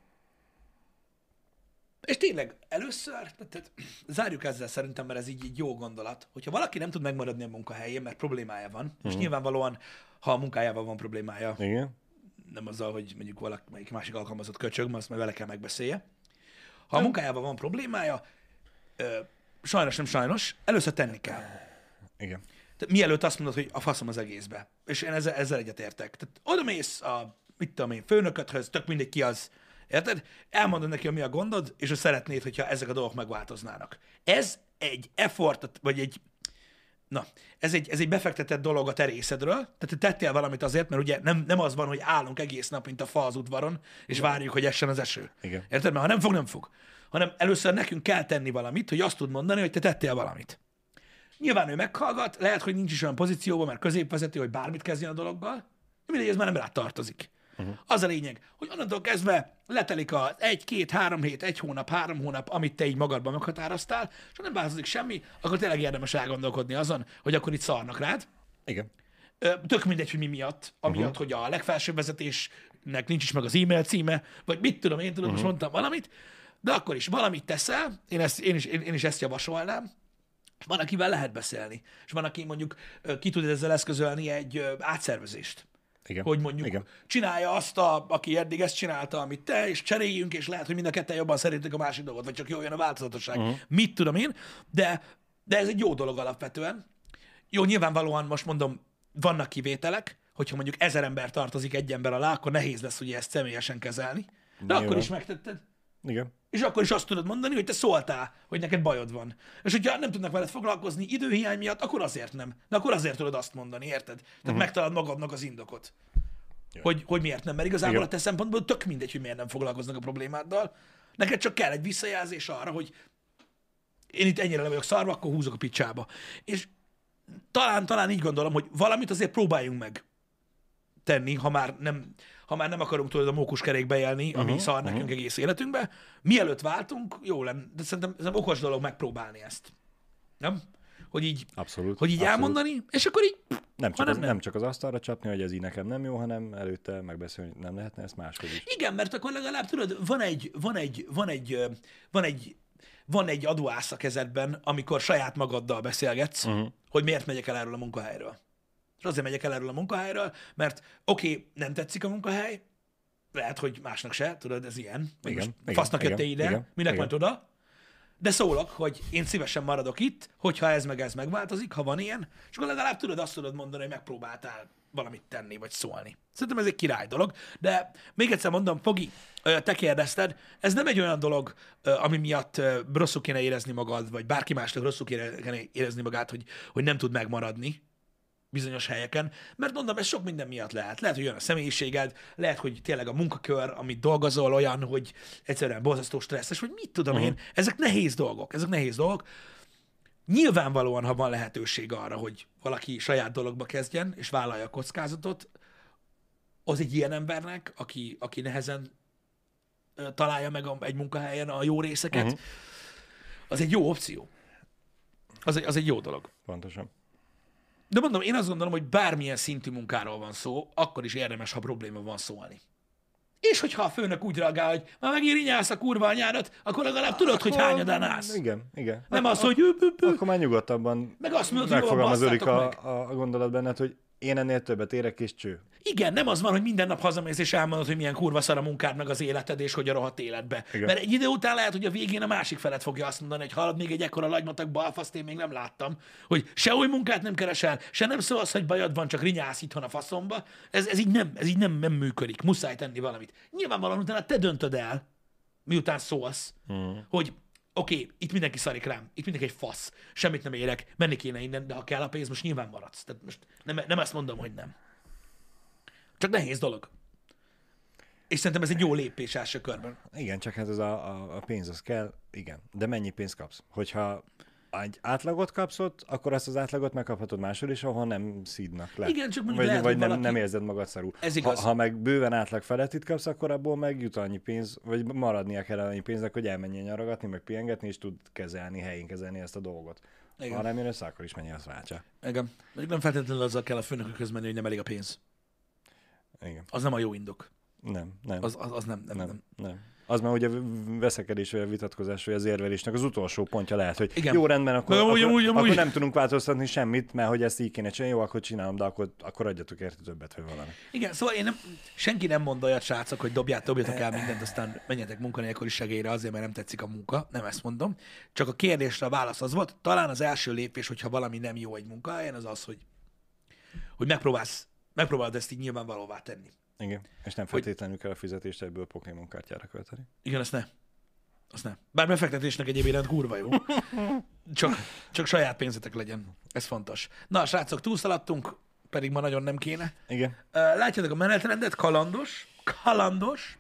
és tényleg először, tehát zárjuk ezzel szerintem, mert ez így jó gondolat, hogyha valaki nem tud megmaradni a munkahelyén, mert problémája van, és nyilvánvalóan, ha a munkájával van problémája, Igen. nem azzal, hogy mondjuk valamelyik másik alkalmazott köcsög, azt majd vele kell megbeszélje. Ha a munkájával van problémája, sajnos nem sajnos, először tenni kell. Igen. Tehát mielőtt azt mondod, hogy a faszom az egészbe. És én ezzel egyetértek. Tehát odamész mit tudom én, főnöködhöz, tök mindegy ki az, érted? Elmondod neki, ami a gondod, és hogy szeretnéd, hogyha ezek a dolgok megváltoznának. Ez egy effort, vagy ez egy befektetett dolog a te részedről, tehát te tettél valamit azért, mert ugye nem az van, hogy állunk egész nap, mint a fa az udvaron, és várjuk, hogy essen az eső. Igen. Érted? Mert ha nem fog, nem fog. Hanem először nekünk kell tenni valamit, hogy azt tud mondani, hogy te tettél valamit. Nyilván ő meghallgat, lehet, hogy nincs is olyan pozícióban, mert középvezető, hogy bármit kezdjen a dologgal, de mindegy, ez már nem rá tartozik. Az a lényeg, hogy onnantól kezdve letelik az 1, 2, 3 hét, 1 hónap, 3 hónap, amit te így magadban meghatároztál, és ha nem változik semmi, akkor tényleg érdemes elgondolkodni azon, hogy akkor itt szarnak rád. Igen. Tök mindegy, hogy mi miatt. Amiatt, hogy a legfelsőbb vezetésnek nincs is meg az e-mail címe, vagy mit tudom, én most mondtam valamit, de akkor is valamit teszel, én is ezt javasolnám. Van, akivel lehet beszélni, és van, aki mondjuk ki tud ezzel eszközölni egy átszervezést. Igen. Hogy mondjuk Igen. csinálja azt, aki eddig ezt csinálta, amit te, és cseréljünk, és lehet, hogy mind a ketten jobban szeretik a másik dolgot, vagy csak jól jön a változatosság. Mit tudom én, de ez egy jó dolog alapvetően. Jó, nyilvánvalóan most mondom, vannak kivételek, hogyha mondjuk 1000 ember tartozik egy ember alá, akkor nehéz lesz ugye ezt személyesen kezelni. De Nyilván. akkor is megtetted. Igen. És akkor is azt tudod mondani, hogy te szóltál, hogy neked bajod van. És hogyha nem tudnak veled foglalkozni időhiány miatt, akkor azért nem. De akkor azért tudod azt mondani, érted? Tehát megtalálod magadnak az indokot. Hogy miért nem. Mert igazából Igen. a te szempontból tök mindegy, hogy miért nem foglalkoznak a problémáddal. Neked csak kell egy visszajelzés arra, hogy én itt ennyire le vagyok szarva, akkor húzok a picsába. És talán így gondolom, hogy valamit azért próbáljunk meg tenni, ha már nem akarunk tudod a mókuskerékbe élni, ami szar nekünk egész életünkbe. Mielőtt váltunk, jó lenne, de szerintem ez okos dolog megpróbálni ezt. Nem? Hogy így, Abszolút. hogy így Abszolút. elmondani, és akkor így... Nem csak az asztalra csapni, hogy ez így nekem nem jó, hanem előtte megbeszélni, hogy nem lehetne ezt máshogy is. Igen, mert akkor legalább tudod, van egy adóász a kezedben, amikor saját magaddal beszélgetsz, hogy miért megyek el erről a munkahelyről. És azért megyek el erről a munkahelyről, mert nem tetszik a munkahely, lehet, hogy másnak se, tudod, ez ilyen. Igen, Fasznak igen, jöttél ide, igen, minek igen. majd oda. De szólok, hogy én szívesen maradok itt, hogyha ez megváltozik, ha van ilyen, és akkor legalább tudod azt tudod mondani, hogy megpróbáltál valamit tenni, vagy szólni. Szerintem ez egy király dolog, de még egyszer mondom, Fogi, te kérdezted, ez nem egy olyan dolog, ami miatt rosszul kéne érezni magad, vagy bárki másnak rosszul kéne érezni magát, hogy nem tud megmaradni bizonyos helyeken, mert mondom, ez sok minden miatt lehet. Lehet, hogy olyan a személyiséged, lehet, hogy tényleg a munkakör, amit dolgozol olyan, hogy egyszerűen borzasztó stresszes, vagy mit tudom én, ezek nehéz dolgok. Nyilvánvalóan, ha van lehetőség arra, hogy valaki saját dologba kezdjen, és vállalja a kockázatot, az egy ilyen embernek, aki nehezen találja meg egy munkahelyen a jó részeket, az egy jó opció. Az egy jó dolog. Pontosan. De mondom, én azt gondolom, hogy bármilyen szintű munkáról van szó, akkor is érdemes, ha probléma van szólni. És hogyha a főnök úgy reagál, hogy már megint rinyálsz a kurva anyádat, akkor legalább tudod, hogy hányadán állsz. Igen. Nem az, hogy... Akkor már nyugodtabban meg azt mondod, hogy jól megfogalmazódik basszatok meg. a gondolat benned, hogy én ennél többet érek, és cső. Igen, nem az van, hogy minden nap hazamész és elmondod, hogy milyen kurva szar a munkád, meg az életed, és hogy a rohadt életbe. Igen. Mert egy idő után lehet, hogy a végén a másik felet fogja azt mondani, hogy hallod, még egy ekkora lagymatag balfaszt én még nem láttam, hogy se új munkát nem keresel, se nem szólsz, hogy bajod van, csak rinyálsz itthon a faszomba. Ez így nem működik. Muszáj tenni valamit. Nyilvánvalóan utána te döntöd el, miután szólsz, hogy Oké, itt mindenki szarik rám, itt mindenki egy fasz, semmit nem érek, menni kéne innen, de ha kell a pénz, most nyilván maradsz. Tehát most nem ezt mondom, hogy nem. Csak nehéz dolog. És szerintem ez egy jó lépés első körben. Igen, csak hát ez a pénz az kell, igen. De mennyi pénzt kapsz? Hogyha egy átlagot kapsz ott, akkor azt az átlagot megkaphatod máshol is, ahol nem szídnak le. Igen, csak mondjuk lehet, vagy valaki... nem érzed magad szarul. Ez igaz. Ha meg bőven átlag felettit kapsz, akkor abból meg jut annyi pénz, vagy maradnia kell annyi pénznek, hogy elmenjen nyaragatatni, meg pihengetni, és tud helyén kezelni ezt a dolgot. Igen. Ha nem jön össze, akkor is menjen a srácsa. Igen. Mondjuk nem feltétlenül azzal kell a főnökökhöz menni, hogy nem elég a pénz. Igen. Az nem a jó indok. Nem. Az nem. Az már ugye veszekedés, vagy a vitatkozás, vagy az érvelésnek az utolsó pontja lehet, hogy igen. Jó, rendben, akkor nem tudunk változtatni semmit, mert hogy ezt így kéne csinálni, jó, akkor csinálom, de akkor adjatok érte többet, vagy valami. Igen, szóval senki nem mond olyat, srácok, hogy dobjatok el mindent, aztán menjetek munkanélküli segélyre azért, mert nem tetszik a munka. Nem ezt mondom. Csak a kérdésre a válasz az volt, talán az első lépés, hogyha valami nem jó egy munkahelyen, az az, hogy megpróbálod ezt így nyilvánvalóvá tenni. Igen, és nem feltétlenül kell a fizetést ebből Pokémon kártyára költeni. Igen, azt ne. Bár befektetésnek egyéb iránt kurva jó. Csak saját pénzetek legyen. Ez fontos. Na, srácok, túlszaladtunk, pedig ma nagyon nem kéne. Igen. Látjátok a menetrendet, kalandos.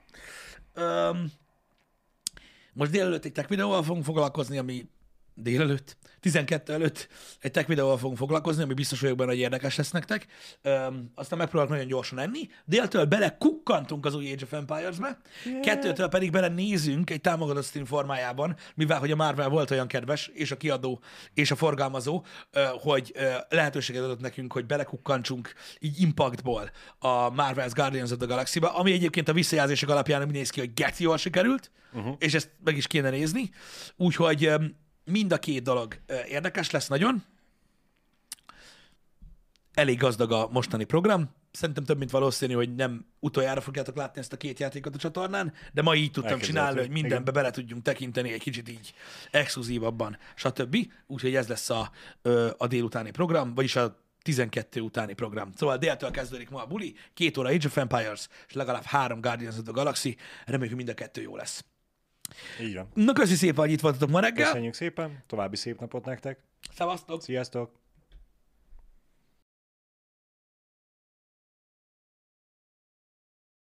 Most délelőtt egy tech videóval fogunk foglalkozni, ami délelőtt, 12 előtt egy tech videóval fogunk foglalkozni, ami biztos vagyok benne, hogy érdekes lesz nektek. Aztán megpróbálok nagyon gyorsan enni. Déltől belekukkantunk az új Age of Empires-be, 2-től pedig belenézünk egy támogatott stream formájában, mivel hogy a Marvel volt olyan kedves, és a kiadó, és a forgalmazó, hogy lehetőséget adott nekünk, hogy belekukkantsunk így Impactból a Marvel's Guardians of the Galaxy-ba, ami egyébként a visszajelzések alapján úgy néz ki, hogy geci jól sikerült, és ezt meg is kéne nézni. Úgyhogy mind a két dolog érdekes lesz nagyon. Elég gazdag a mostani program. Szerintem több, mint valószínű, hogy nem utoljára fogjátok látni ezt a két játékot a csatornán, de ma így tudtam csinálni, hogy mindenbe bele tudjunk tekinteni egy kicsit így exkluzívabban, stb. Úgyhogy ez lesz a délutáni program, vagyis a 12 utáni program. Szóval déltől kezdődik ma a buli, 2 óra Age of Empires, és legalább 3 Guardians of the Galaxy. Reméljük, hogy mind a kettő jó lesz. Így van. Na, köszi szépen, hogy itt voltatok ma reggel. Köszönjük szépen, további szép napot nektek. Szevasztok. Sziasztok.